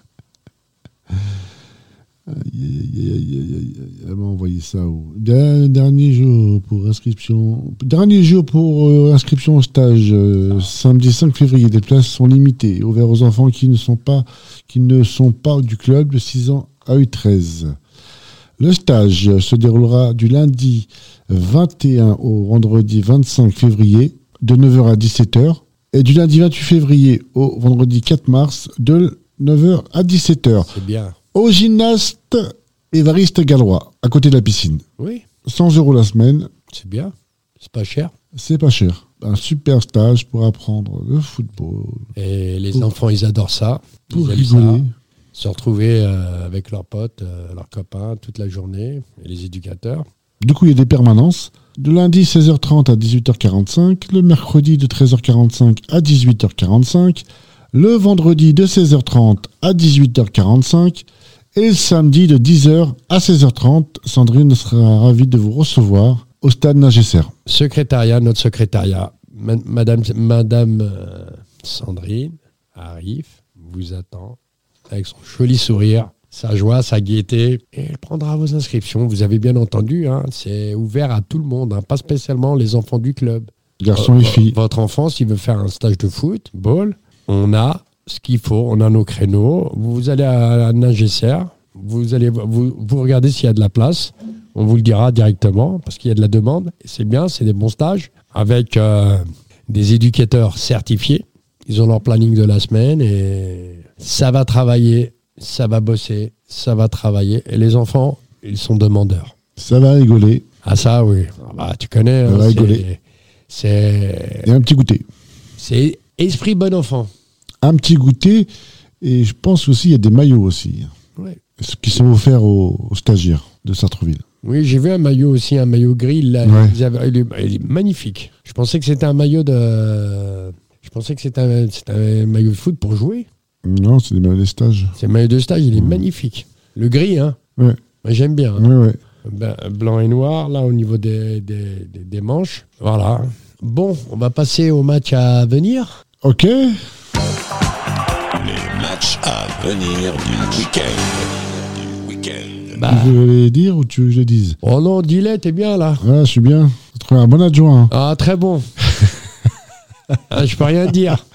[SPEAKER 3] Aïe, aïe, aïe, aïe, aïe, aïe. Elle m'a envoyé ça où Der- Dernier jour pour inscription. Dernier jour pour euh, inscription au stage. euh, samedi cinq février. Les places sont limitées. Ouvertes aux enfants qui ne sont pas, qui ne sont pas du club de six ans à U treize. Le stage se déroulera du lundi vingt et un au vendredi vingt-cinq février de neuf heures à dix-sept heures et du lundi vingt-huit février au vendredi quatre mars de neuf heures à dix-sept heures.
[SPEAKER 2] C'est bien.
[SPEAKER 3] Au gymnaste Évariste Gallois, à côté de la piscine.
[SPEAKER 2] Oui.
[SPEAKER 3] cent euros la semaine.
[SPEAKER 2] C'est bien. C'est pas cher.
[SPEAKER 3] C'est pas cher. Un super stage pour apprendre le football.
[SPEAKER 2] Et les
[SPEAKER 3] pour,
[SPEAKER 2] enfants, ils adorent ça.
[SPEAKER 3] Pour
[SPEAKER 2] ils aiment
[SPEAKER 3] rigoler.
[SPEAKER 2] ça. Se retrouver euh, avec leurs potes, euh, leurs copains toute la journée, et les éducateurs.
[SPEAKER 3] Du coup, il y a des permanences. De lundi seize heures trente à dix-huit heures quarante-cinq, le mercredi de treize heures quarante-cinq à dix-huit heures quarante-cinq, le vendredi de seize heures trente à dix-huit heures quarante-cinq et le samedi de dix heures à seize heures trente. Sandrine sera ravie de vous recevoir au stade Nagesser.
[SPEAKER 2] Secrétariat, notre secrétariat. Ma- Madame, Madame euh, Sandrine arrive, vous attend avec son joli sourire, sa joie, sa gaieté, et elle prendra vos inscriptions. Vous avez bien entendu, hein, c'est ouvert à tout le monde, hein, pas spécialement les enfants du club.
[SPEAKER 3] Garçons
[SPEAKER 2] Euh,
[SPEAKER 3] et filles.
[SPEAKER 2] Votre enfant, s'il veut faire un stage de foot, ball, on a ce qu'il faut, on a nos créneaux. Vous allez à Nagesser, vous allez vous, vous regardez s'il y a de la place. On vous le dira directement parce qu'il y a de la demande. Et c'est bien, c'est des bons stages avec euh, des éducateurs certifiés. Ils ont leur planning de la semaine et ça va travailler, ça va bosser, ça va travailler. Et les enfants, ils sont demandeurs.
[SPEAKER 3] Ça va rigoler.
[SPEAKER 2] Ah ça, oui. Ah bah, tu connais.
[SPEAKER 3] Ça
[SPEAKER 2] hein,
[SPEAKER 3] va
[SPEAKER 2] c'est,
[SPEAKER 3] rigoler.
[SPEAKER 2] c'est,
[SPEAKER 3] Et un petit goûter.
[SPEAKER 2] c'est esprit bon enfant.
[SPEAKER 3] Un petit goûter. Et je pense aussi, il y a des maillots aussi.
[SPEAKER 2] Ouais.
[SPEAKER 3] Qui sont offerts aux, aux stagiaires de Sartreville.
[SPEAKER 2] Oui, j'ai vu un maillot aussi, un maillot gris. Là,
[SPEAKER 3] Ouais.
[SPEAKER 2] ils avaient- il, est, il est magnifique. Je pensais que c'était un maillot de. Je pensais que c'était un, c'était un maillot de foot pour jouer.
[SPEAKER 3] Non, c'est des maillots des stages.
[SPEAKER 2] C'est un maillot de stage, il est magnifique. Le gris, hein.
[SPEAKER 3] Ouais.
[SPEAKER 2] Moi, j'aime bien. hein.
[SPEAKER 3] Ouais, ouais.
[SPEAKER 2] Ben, blanc et noir, là, au niveau des, des, des- des manches. Voilà. Bon, on va passer au match à venir.
[SPEAKER 3] Ok.
[SPEAKER 1] Les matchs à venir du week-end. Du week-end.
[SPEAKER 2] Bah,
[SPEAKER 3] Tu veux les dire ou tu veux que je les dise?
[SPEAKER 2] oh non, dis-le, t'es bien là.
[SPEAKER 3] Ah, je suis bien. J'ai trouvé un bon adjoint. hein.
[SPEAKER 2] Ah, très bon. Ah, je peux rien dire.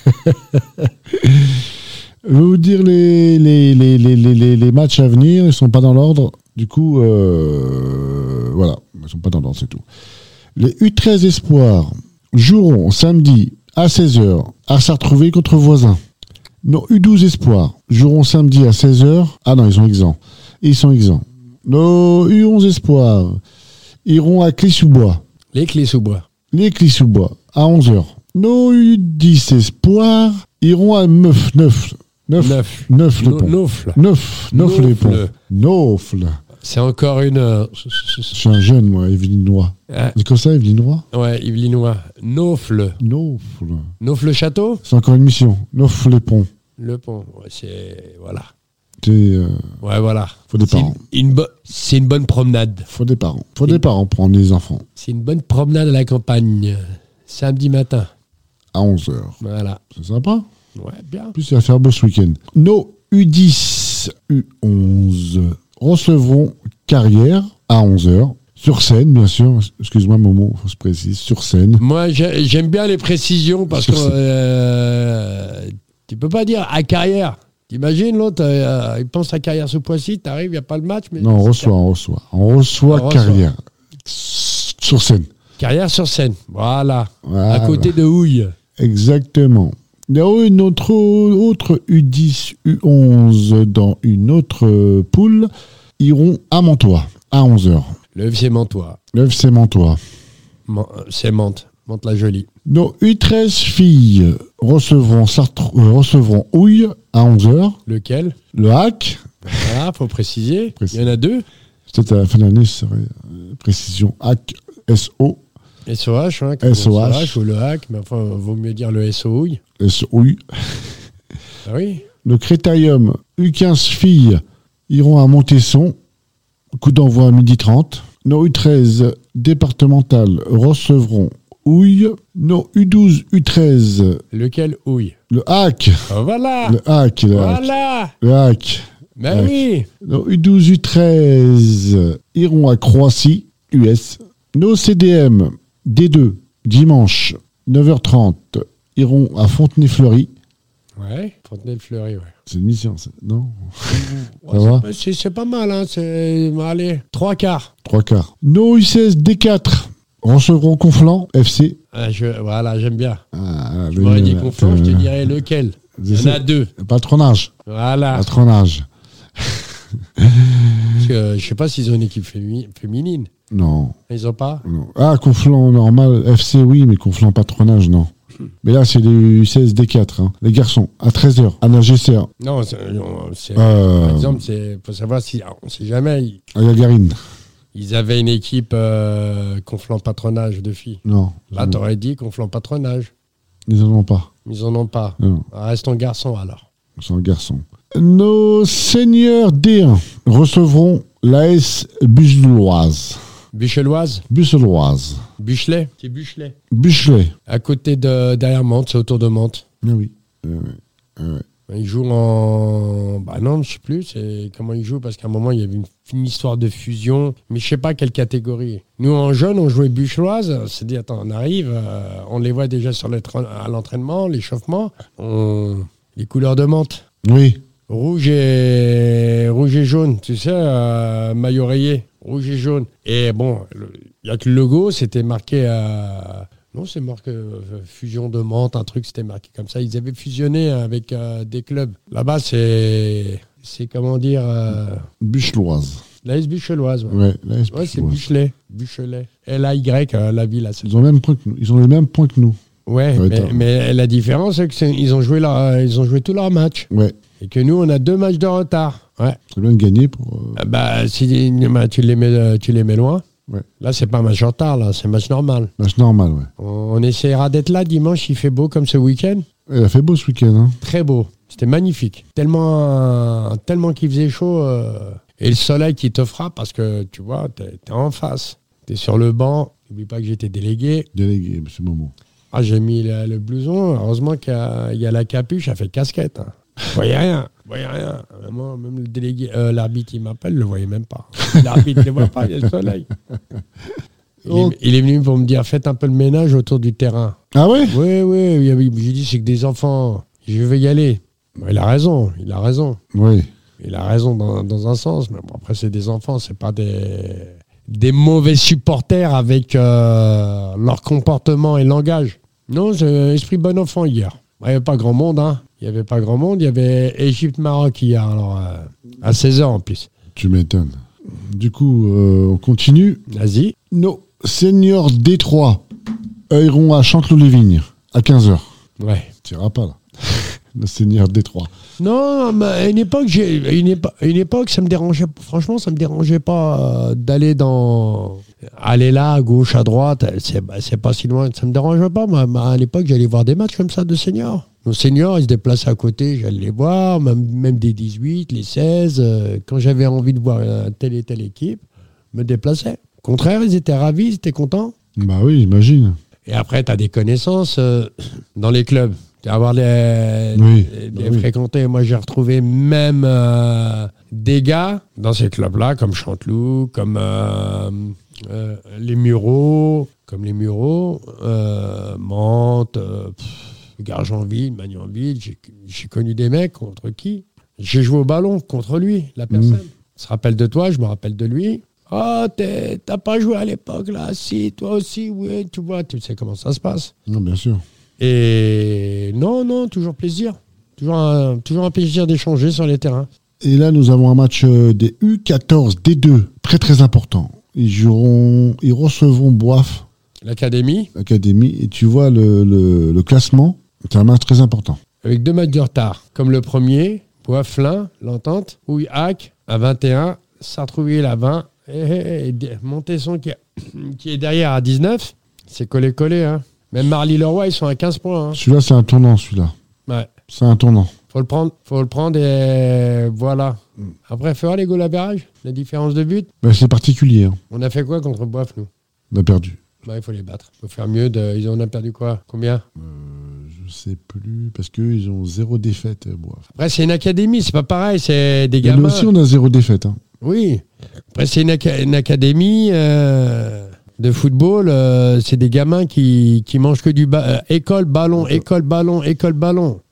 [SPEAKER 3] Je vais vous dire les, les, les, les, les, les- les matchs à venir. Ils ne sont pas dans l'ordre. Du coup, euh, voilà. Ils ne sont pas dans l'ordre, c'est tout. Les U treize Espoirs joueront samedi à seize heures à Sartrouville contre voisins. Nos U douze Espoirs joueront samedi à seize heures. Ah non, ils sont exempts. Ils sont exempts. Nos U onze Espoirs iront à Clé-sous-Bois.
[SPEAKER 2] Les clés sous bois.
[SPEAKER 3] Les Clés-sous-Bois à onze heures. Nos U dix Espoirs iront à neuf. neuf. neuf.
[SPEAKER 2] Neuf.
[SPEAKER 3] neuf le
[SPEAKER 2] No-
[SPEAKER 3] pont.
[SPEAKER 2] Naufle.
[SPEAKER 3] neuf. neuf les ponts.
[SPEAKER 2] Naufle.
[SPEAKER 3] Naufle.
[SPEAKER 2] C'est encore une. euh,
[SPEAKER 3] Je suis un jeune, moi, Yvelinois.
[SPEAKER 2] Ah,
[SPEAKER 3] C'est comme ça, Yvelinois?
[SPEAKER 2] ouais, Yvelinois. Naufle.
[SPEAKER 3] Naufle.
[SPEAKER 2] Naufle château.
[SPEAKER 3] C'est encore une mission. Naufle les ponts.
[SPEAKER 2] Le pont. Ouais, c'est. Voilà.
[SPEAKER 3] C'est, euh,
[SPEAKER 2] Ouais, voilà.
[SPEAKER 3] faut des
[SPEAKER 2] C'est
[SPEAKER 3] parents.
[SPEAKER 2] une, une bo- c'est une bonne promenade.
[SPEAKER 3] Faut des parents. Faut des parents pour emmener les enfants.
[SPEAKER 2] C'est une bonne promenade à la campagne. Samedi matin.
[SPEAKER 3] À onze heures.
[SPEAKER 2] Voilà.
[SPEAKER 3] C'est sympa.
[SPEAKER 2] Ouais, bien.
[SPEAKER 3] En plus, ça va faire beau ce week-end. Nos U dix, U onze recevront Carrière à onze heures. Sur scène, bien sûr. Excuse-moi, Momo, faut se préciser. Sur scène.
[SPEAKER 2] Moi, j'ai- j'aime bien les précisions parce que
[SPEAKER 3] Sur-
[SPEAKER 2] euh, tu peux pas dire à Carrière. T'imagines l'autre, euh, il pense à Carrière sous Poissy, t'arrives, il n'y a pas le match. Mais
[SPEAKER 3] Non, on
[SPEAKER 2] c'est
[SPEAKER 3] reçoit, on reçoit. On reçoit
[SPEAKER 2] On reçoit.
[SPEAKER 3] Carrière. Sur scène.
[SPEAKER 2] Carrière sur scène. Voilà.
[SPEAKER 3] Voilà.
[SPEAKER 2] À côté de Houille.
[SPEAKER 3] Exactement. Il y a une autre, autre U dix, U onze dans une autre euh, poule iront à Mantois à onze heures.
[SPEAKER 2] Le F C Mantois.
[SPEAKER 3] Le F C Mantois.
[SPEAKER 2] Man- C'est Mante. Mante-la-Jolie.
[SPEAKER 3] Nos U treize filles recevront, Sartre- euh, recevront Houille à onze heures.
[SPEAKER 2] Lequel?
[SPEAKER 3] Le hack,
[SPEAKER 2] Voilà, faut préciser.
[SPEAKER 3] Précis.
[SPEAKER 2] Il y en a deux.
[SPEAKER 3] peut-être à la fin de l'année, ce serait euh, précision hack S O,
[SPEAKER 2] S O H, hein, comme
[SPEAKER 3] S O H.
[SPEAKER 2] S O H ou le hack, mais enfin, vaut mieux dire le S O Houille.
[SPEAKER 3] S Houille.
[SPEAKER 2] Ah oui.
[SPEAKER 3] Le Crétarium U quinze filles iront à Montesson, coup d'envoi à midi trente. Nos U treize départementales recevront Houille. Nos U douze, U treize,
[SPEAKER 2] Lequel Houille?
[SPEAKER 3] le hack,
[SPEAKER 2] Ah, voilà.
[SPEAKER 3] le hack, le hack,
[SPEAKER 2] Voilà.
[SPEAKER 3] le hack.
[SPEAKER 2] Ben
[SPEAKER 3] Hack.
[SPEAKER 2] oui.
[SPEAKER 3] Nos U douze, U treize iront à Croatie, U S. Nos C D M D deux, dimanche, neuf heures trente, iront à Fontenay-Fleury.
[SPEAKER 2] Ouais, Fontenay-le-Fleury, ouais.
[SPEAKER 3] C'est une mission, c'est- non?
[SPEAKER 2] Ouais,
[SPEAKER 3] Ça va
[SPEAKER 2] c'est, c'est, c'est pas mal, hein. C'est, allez, trois quarts.
[SPEAKER 3] Trois quarts. Nos U seize D quatre recevront Conflans F C.
[SPEAKER 2] Ah, je, voilà, j'aime bien.
[SPEAKER 3] Ah,
[SPEAKER 2] Je m'aurais dit Conflans, je te dirais lequel. Il y en a deux.
[SPEAKER 3] Patronage.
[SPEAKER 2] Voilà.
[SPEAKER 3] Patronage.
[SPEAKER 2] Parce que, je sais pas s'ils ont une équipe fémi- féminine.
[SPEAKER 3] Non,
[SPEAKER 2] Ils ont pas.
[SPEAKER 3] non. Ah, Conflans normal, F C, oui, mais Conflans Patronage, non. Mais là, c'est les U seize D quatre, hein. Les garçons, à treize heures, à la G C A,
[SPEAKER 2] Non, c'est, c'est-
[SPEAKER 3] Euh.
[SPEAKER 2] par exemple, il faut savoir si, on sait jamais, ils,
[SPEAKER 3] à Gagarine.
[SPEAKER 2] ils avaient une équipe euh, Conflans Patronage de filles.
[SPEAKER 3] Non.
[SPEAKER 2] Là, t'aurais dit Conflans Patronage.
[SPEAKER 3] Ils n'en ont pas.
[SPEAKER 2] Ils en ont pas.
[SPEAKER 3] Non,
[SPEAKER 2] Restons garçons alors.
[SPEAKER 3] c'est un garçon. Nos seigneurs D un recevront l'A S Busseloise.
[SPEAKER 2] Bucheloise,
[SPEAKER 3] Busseloise.
[SPEAKER 2] Buchelet, c'est Buchelet.
[SPEAKER 3] Buchelet.
[SPEAKER 2] À côté de derrière Mantes, c'est autour de Mantes.
[SPEAKER 3] Ah oui. Euh, euh,
[SPEAKER 2] Ils jouent en. Bah non, je sais plus. C'est comment ils jouent parce qu'à un moment il y avait une, une histoire de fusion, mais je sais pas quelle catégorie. Nous en jeune, on jouait Bucheloise. On s'est dit attends, on arrive, euh, on les voit déjà sur à l'entraînement, l'échauffement. On... Les couleurs de Mantes.
[SPEAKER 3] oui.
[SPEAKER 2] Rouge et rouge et jaune, tu sais, euh, maillot rayé, rouge et jaune. Et bon, il y a que le logo, c'était marqué à... Non, c'est marqué euh, fusion de Mantes, un truc, c'était marqué comme ça. Ils avaient fusionné avec euh, des clubs. Là-bas, c'est... C'est comment dire... Euh,
[SPEAKER 3] Bucheloise.
[SPEAKER 2] l'A S Bucheloise. Ouais,
[SPEAKER 3] Ouais, l'A S
[SPEAKER 2] ouais c'est
[SPEAKER 3] Bucheloise.
[SPEAKER 2] Buchelet. Buchelet. L A Y, euh, la ville. Là, c'est-
[SPEAKER 3] Ils ont, le même point que nous. Ils ont les mêmes points que nous.
[SPEAKER 2] Ouais,
[SPEAKER 3] Ouais,
[SPEAKER 2] mais,
[SPEAKER 3] t'as-
[SPEAKER 2] mais la différence, c'est qu'ils ont joué leur, ils ont joué tous leurs matchs.
[SPEAKER 3] Ouais.
[SPEAKER 2] Et que nous, on a deux matchs de retard. Ouais.
[SPEAKER 3] Très bien de gagner pour. euh,
[SPEAKER 2] Ah bah, si bah, tu, les mets, euh, tu les mets loin.
[SPEAKER 3] Ouais.
[SPEAKER 2] Là, c'est pas un match en retard, là, c'est un match normal.
[SPEAKER 3] match normal, ouais.
[SPEAKER 2] On, on essaiera d'être là dimanche, il fait beau comme ce week-end.
[SPEAKER 3] Elle a fait beau ce week-end, hein.
[SPEAKER 2] Très beau. C'était magnifique. Tellement, tellement qu'il faisait chaud. euh, et le soleil qui te frappe parce que, tu vois, t'es, t'es en face. T'es sur le banc. N'oublie pas que j'étais délégué.
[SPEAKER 3] Délégué, c'est le moment.
[SPEAKER 2] Ah, j'ai mis le, le blouson. Heureusement qu'il y a, il y a la capuche, ça fait casquette. Hein. Je voyais rien. Je voyais rien. Moi, même le délégué, euh, l'arbitre, il m'appelle, je le voyait même pas. L'arbitre ne le voit pas, il y a le soleil. Il,
[SPEAKER 3] Oh.
[SPEAKER 2] est, il est venu pour me dire, faites un peu le ménage autour du terrain.
[SPEAKER 3] Ah ouais?
[SPEAKER 2] Oui, oui. il y avait- J'ai dit, c'est que des enfants. Je vais y aller. Bon, il a raison. Il a raison.
[SPEAKER 3] Oui.
[SPEAKER 2] Il a raison dans, dans un sens. Mais bon, après, c'est des enfants. C'est pas des, des mauvais supporters avec euh, leur comportement et langage. Non, c'est esprit bon enfant hier. Il n'y avait pas grand monde. Hein. Il n'y avait pas grand monde. Il y avait Égypte-Maroc hier. Alors, euh, à seize heures en plus.
[SPEAKER 3] Tu m'étonnes. Du coup, euh, on continue.
[SPEAKER 2] Vas-y.
[SPEAKER 3] Nos seigneurs D trois iront à Chanteloup-les-Vignes à quinze heures.
[SPEAKER 2] Ouais.
[SPEAKER 3] Tu iras pas là. Nos seigneurs D trois.
[SPEAKER 2] Non, mais à une époque, j'ai, à une, épo- à une époque, ça me dérangeait. Franchement, ça me dérangeait pas euh, d'aller dans, aller là, à gauche, à droite. C'est, bah, c'est pas si loin. Ça me dérangeait pas. Moi, à l'époque, j'allais voir des matchs comme ça de seniors. Nos seniors, ils se déplaçaient à côté. J'allais les voir, même, même des dix-huit, les seize. euh, quand j'avais envie de voir euh, telle et telle équipe, je me déplaçais. Au contraire, ils étaient ravis, ils étaient contents.
[SPEAKER 3] Bah oui, imagine.
[SPEAKER 2] Et après, tu as des connaissances euh, dans les clubs. Tu vas avoir les,
[SPEAKER 3] Oui,
[SPEAKER 2] les,
[SPEAKER 3] bah
[SPEAKER 2] les
[SPEAKER 3] oui.
[SPEAKER 2] fréquenter. Moi, j'ai retrouvé même euh, des gars dans ces clubs-là, comme Chanteloup, comme euh, euh, les Mureaux, comme les Mureaux, euh, Mantes, euh, pff, Gargenville, Magnanville. J'ai, j'ai connu des mecs contre qui j'ai joué au ballon contre lui, la personne.
[SPEAKER 3] Mmh.
[SPEAKER 2] Il se rappelle de toi, je me rappelle de lui. Oh, t'es, t'as pas joué à l'époque, là? Si, toi aussi, oui, tu vois, tu sais comment ça se passe.
[SPEAKER 3] Non, bien sûr.
[SPEAKER 2] Et non, non, toujours plaisir. Toujours un, toujours un plaisir d'échanger sur les terrains.
[SPEAKER 3] Et là, nous avons un match euh, des U quatorze D deux, très très important. Ils joueront, ils recevront Boif,
[SPEAKER 2] L'académie,
[SPEAKER 3] Académie, et tu vois le, le, le classement, c'est un match très important.
[SPEAKER 2] avec deux matchs de retard. Comme le premier, Bois-Flin, l'entente, Houille-Hac à vingt et un, Sartrouville à vingt, et, et, et Montesson qui, qui est derrière à dix-neuf. C'est collé-collé. Hein. Même Marly-le-Roi, ils sont à quinze points. Hein.
[SPEAKER 3] Celui-là, c'est un tournant, celui-là.
[SPEAKER 2] Ouais.
[SPEAKER 3] C'est un tournant.
[SPEAKER 2] Faut le prendre, faut le prendre et voilà. Après, faire les goals à barrage, la différence de but.
[SPEAKER 3] Ben, c'est particulier, hein.
[SPEAKER 2] On a fait quoi contre Boif, nous?
[SPEAKER 3] On a perdu.
[SPEAKER 2] Bah, il faut les battre. Il faut faire mieux. De... Ils en ont perdu quoi? Combien?
[SPEAKER 3] Euh, je sais plus, parce qu'ils ont zéro défaite, euh, Boif.
[SPEAKER 2] Après, c'est une académie, c'est pas pareil, c'est des
[SPEAKER 3] Et nous
[SPEAKER 2] gamins.
[SPEAKER 3] aussi, on a zéro défaite. Hein.
[SPEAKER 2] Oui. Après, c'est une, aca- une académie euh, de football, euh, c'est des gamins qui, qui mangent que du ba- euh, école, ballon, école, ballon, école, ballon.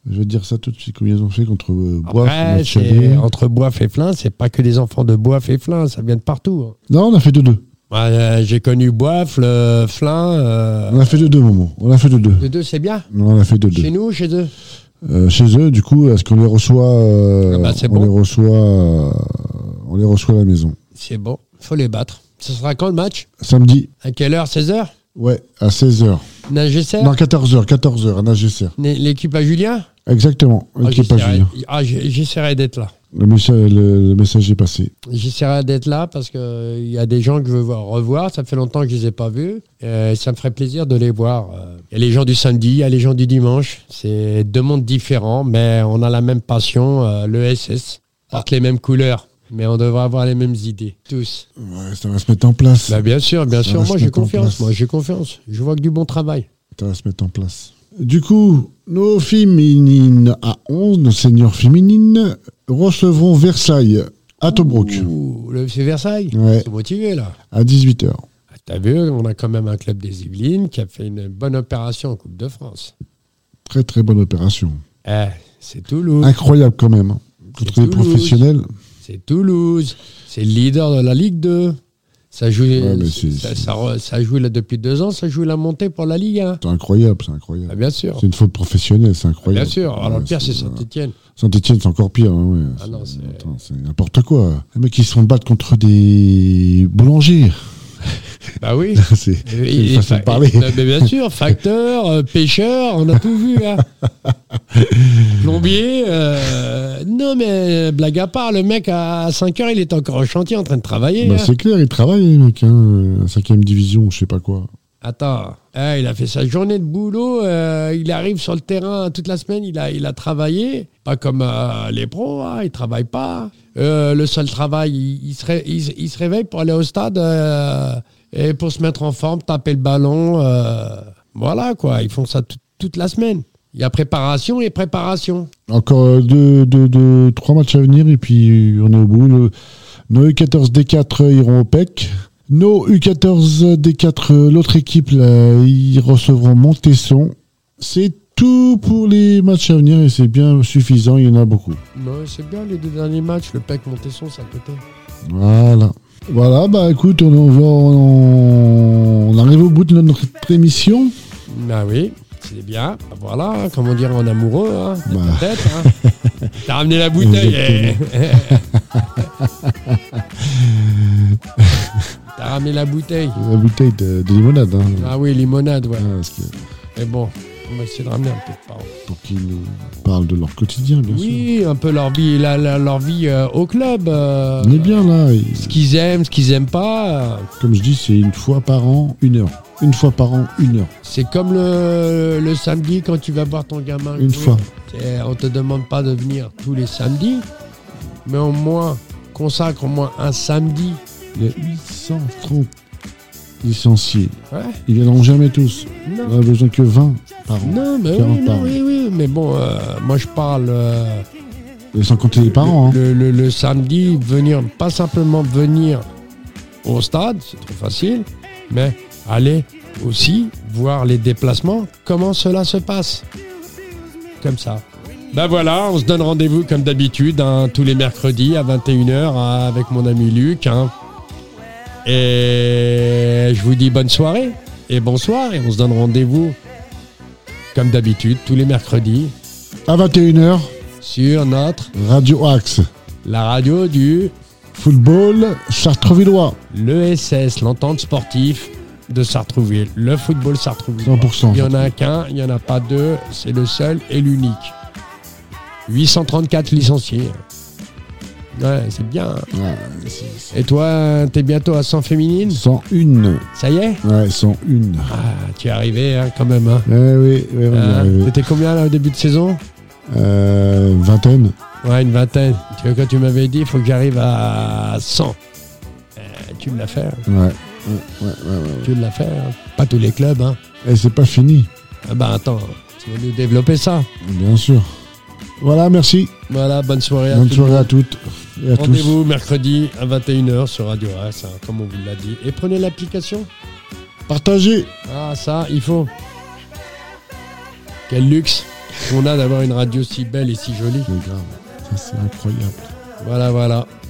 [SPEAKER 3] Je vais te dire ça tout de suite, combien ils ont fait contre euh, Boif.
[SPEAKER 2] Après, c'est, entre Boif et Flins, c'est pas que des enfants de Boif et Flins, ça vient de partout. Hein.
[SPEAKER 3] Non, on a fait deux deux.
[SPEAKER 2] Ouais, euh, j'ai connu Boif, le Flins. Euh...
[SPEAKER 3] On a fait deux deux, Momo. On a fait deux deux.
[SPEAKER 2] deux deux, c'est bien.
[SPEAKER 3] Non, on a fait deux deux.
[SPEAKER 2] Chez nous ou chez eux
[SPEAKER 3] euh, Chez eux, du coup, est-ce qu'on les reçoit euh,
[SPEAKER 2] ah bah, c'est
[SPEAKER 3] on
[SPEAKER 2] bon.
[SPEAKER 3] les reçoit, euh, on les reçoit à la maison.
[SPEAKER 2] C'est bon, faut les battre. Ce sera quand le match?
[SPEAKER 3] Samedi.
[SPEAKER 2] À quelle heure? seize heures?
[SPEAKER 3] Ouais, à seize heures.
[SPEAKER 2] Nagesser?
[SPEAKER 3] Non, quatorze heures, quatorze heures, à Nagesser.
[SPEAKER 2] L'équipe à Julien?
[SPEAKER 3] Exactement,
[SPEAKER 2] Ah,
[SPEAKER 3] l'équipe à Julien.
[SPEAKER 2] Ah, j'essaierai d'être là.
[SPEAKER 3] Le message, le, le message est passé.
[SPEAKER 2] J'essaierai d'être là parce qu'il euh, y a des gens que je veux voir, revoir. Ça fait longtemps que je ne les ai pas vus. Euh, ça me ferait plaisir de les voir. Il y a les gens du samedi, il y a les gens du dimanche. C'est deux mondes différents, mais on a la même passion, euh, l'E S S. Porte les mêmes couleurs, mais on devrait avoir les mêmes idées, tous.
[SPEAKER 3] Ouais, ça va se mettre en place.
[SPEAKER 2] Bah, bien sûr, bien
[SPEAKER 3] ça
[SPEAKER 2] sûr. Moi,
[SPEAKER 3] se
[SPEAKER 2] j'ai
[SPEAKER 3] mettre en
[SPEAKER 2] confiance.
[SPEAKER 3] place.
[SPEAKER 2] Moi, j'ai confiance. Je vois que du bon travail.
[SPEAKER 3] Ça va se mettre en place. Du coup, nos féminines à onze, nos seniors féminines, recevront Versailles à Tobruk
[SPEAKER 2] Ouh, le F C Versailles,
[SPEAKER 3] Ouais.
[SPEAKER 2] c'est motivé là.
[SPEAKER 3] à dix-huit heures.
[SPEAKER 2] Ah, t'as vu, on a quand même un club des Yvelines qui a fait une bonne opération en Coupe de France.
[SPEAKER 3] Très très bonne opération.
[SPEAKER 2] Eh, c'est Toulouse.
[SPEAKER 3] Incroyable quand même. hein. Contre
[SPEAKER 2] C'est
[SPEAKER 3] les
[SPEAKER 2] Toulouse.
[SPEAKER 3] professionnels.
[SPEAKER 2] C'est Toulouse. C'est le leader de la Ligue deux. Ça joue,
[SPEAKER 3] Ouais, mais c'est-
[SPEAKER 2] ça, ça, re- ça joue là depuis deux ans, ça joue la montée pour la Ligue un.
[SPEAKER 3] C'est incroyable, c'est incroyable.
[SPEAKER 2] Ah, bien sûr.
[SPEAKER 3] C'est une faute professionnelle, c'est incroyable.
[SPEAKER 2] Bien sûr. Alors
[SPEAKER 3] Ouais,
[SPEAKER 2] le pire, c'est
[SPEAKER 3] c'est-
[SPEAKER 2] Saint-Etienne.
[SPEAKER 3] Saint-Etienne, c'est encore pire. hein, ouais.
[SPEAKER 2] Ah non, c'est-
[SPEAKER 3] Attends, c'est n'importe quoi. Les mecs, ils se font battre contre des boulangers.
[SPEAKER 2] Bah oui.
[SPEAKER 3] c'est
[SPEAKER 2] Et-
[SPEAKER 3] c'est
[SPEAKER 2] et-
[SPEAKER 3] une façon
[SPEAKER 2] fa-
[SPEAKER 3] de parler.
[SPEAKER 2] et- mais bien sûr, facteur, euh, pêcheur, on a tout vu. Hein. Plombier, euh, non mais blague à part, le mec à cinq heures, il est encore au chantier en train de travailler.
[SPEAKER 3] Bah,
[SPEAKER 2] hein.
[SPEAKER 3] c'est clair, ils travaillent, les mecs. Hein. Cinquième division, je sais pas quoi.
[SPEAKER 2] Attends, hein, il a fait sa journée de boulot, euh, il arrive sur le terrain toute la semaine, il a, il a travaillé, pas comme euh, les pros, hein, il travaille pas. Euh, le seul travail, il, il, se ré- il, il se réveille pour aller au stade euh, et pour se mettre en forme, taper le ballon. Euh, voilà quoi, ils font ça tout- toute la semaine. Il y a préparation et préparation.
[SPEAKER 3] Encore deux, deux, deux, trois matchs à venir et puis on est au bout. Le- nos U quatorze D quatre iront au P E C. Nos U quatorze D quatre, l'autre équipe, là, ils recevront Montesson. C'est tout pour les matchs à venir et c'est bien suffisant, il y en a beaucoup.
[SPEAKER 2] Non, c'est bien les deux derniers matchs, le P E C Montesson, c'est à côté.
[SPEAKER 3] Voilà. Voilà, bah écoute, on, on, on arrive au bout de notre émission.
[SPEAKER 2] Ah oui, c'est bien. Voilà, hein, comme on dirait en amoureux, hein,
[SPEAKER 3] Bah.
[SPEAKER 2] peut-être. Hein. T'as ramené la bouteille. eh. T'as ramené la bouteille.
[SPEAKER 3] La bouteille de, de limonade. Hein.
[SPEAKER 2] Ah oui, limonade, ouais.
[SPEAKER 3] Ah, parce que-
[SPEAKER 2] Mais bon, on va essayer de ramener un peu de parole.
[SPEAKER 3] pour qu'ils nous parlent de leur quotidien, bien sûr.
[SPEAKER 2] Oui, un peu leur vie, la- la- leur vie euh, au club. euh,
[SPEAKER 3] On est bien là. et-
[SPEAKER 2] Ce qu'ils aiment, ce qu'ils aiment pas. euh,
[SPEAKER 3] Comme je dis, c'est une fois par an, une heure. Une fois par an, une heure.
[SPEAKER 2] C'est comme le, le samedi quand tu vas voir ton gamin.
[SPEAKER 3] Une
[SPEAKER 2] jouer.
[SPEAKER 3] fois.
[SPEAKER 2] C'est- On te demande pas de venir tous les samedis, mais au moins consacre au moins un samedi.
[SPEAKER 3] Il y a huit cent trente licenciés.
[SPEAKER 2] Ouais.
[SPEAKER 3] Ils viendront jamais tous.
[SPEAKER 2] Non.
[SPEAKER 3] On a besoin que vingt par an.
[SPEAKER 2] Non, mais
[SPEAKER 3] quarante
[SPEAKER 2] oui,
[SPEAKER 3] par
[SPEAKER 2] non,
[SPEAKER 3] an.
[SPEAKER 2] oui, oui, mais bon, euh, moi je parle euh,
[SPEAKER 3] Et sans compter les parents. Hein.
[SPEAKER 2] le, le- le samedi, venir, pas simplement venir au stade, c'est trop facile, mais aller aussi voir les déplacements, comment cela se passe. Comme ça. Ben voilà, on se donne rendez-vous comme d'habitude, hein, tous les mercredis à vingt et une heures hein, avec mon ami Luc. Hein. Et je vous dis bonne soirée et bonsoir, et on se donne rendez-vous comme d'habitude tous les mercredis
[SPEAKER 3] À vingt et une heures,
[SPEAKER 2] sur notre,
[SPEAKER 3] Radio Axe.
[SPEAKER 2] la radio du
[SPEAKER 3] Football Chartrevillois.
[SPEAKER 2] l'E S S, l'entente sportive de Sartrouville, le football Sartrouville.
[SPEAKER 3] cent pour cent.
[SPEAKER 2] Il n'y en a qu'un, il n'y en a pas deux, c'est le seul et l'unique. huit cent trente-quatre licenciés. Ouais, c'est bien.
[SPEAKER 3] Ouais, c'est- c'est
[SPEAKER 2] Et toi, t'es bientôt à cent féminines?
[SPEAKER 3] cent un.
[SPEAKER 2] Ça y est?
[SPEAKER 3] Ouais, cent un.
[SPEAKER 2] Ah, tu es arrivé hein, quand même. Hein.
[SPEAKER 3] Ouais, oui, oui, on est
[SPEAKER 2] Hein,
[SPEAKER 3] arrivé.
[SPEAKER 2] T'étais combien là au début de saison?
[SPEAKER 3] Euh, vingtaine.
[SPEAKER 2] Ouais, une vingtaine. Tu vois, quand tu m'avais dit, il faut que j'arrive à cent. Euh, tu l'as fait. hein.
[SPEAKER 3] Ouais. Ouais, ouais, ouais, ouais.
[SPEAKER 2] Tu l'as fait. hein. Pas tous les clubs. Hein.
[SPEAKER 3] Et c'est pas fini,
[SPEAKER 2] Ah bah attends, tu vas nous développer ça.
[SPEAKER 3] bien sûr. Voilà, merci.
[SPEAKER 2] Voilà, bonne soirée à
[SPEAKER 3] Bonne
[SPEAKER 2] tous.
[SPEAKER 3] soirée à toutes et à tous.
[SPEAKER 2] Rendez-vous mercredi à vingt et une heures sur Radio As, hein, comme on vous l'a dit. Et prenez l'application.
[SPEAKER 3] Partagez.
[SPEAKER 2] Ah, ça, il faut. Quel luxe. qu'on a d'avoir une radio si belle et si jolie.
[SPEAKER 3] C'est grave. Ça, c'est incroyable.
[SPEAKER 2] Voilà, voilà.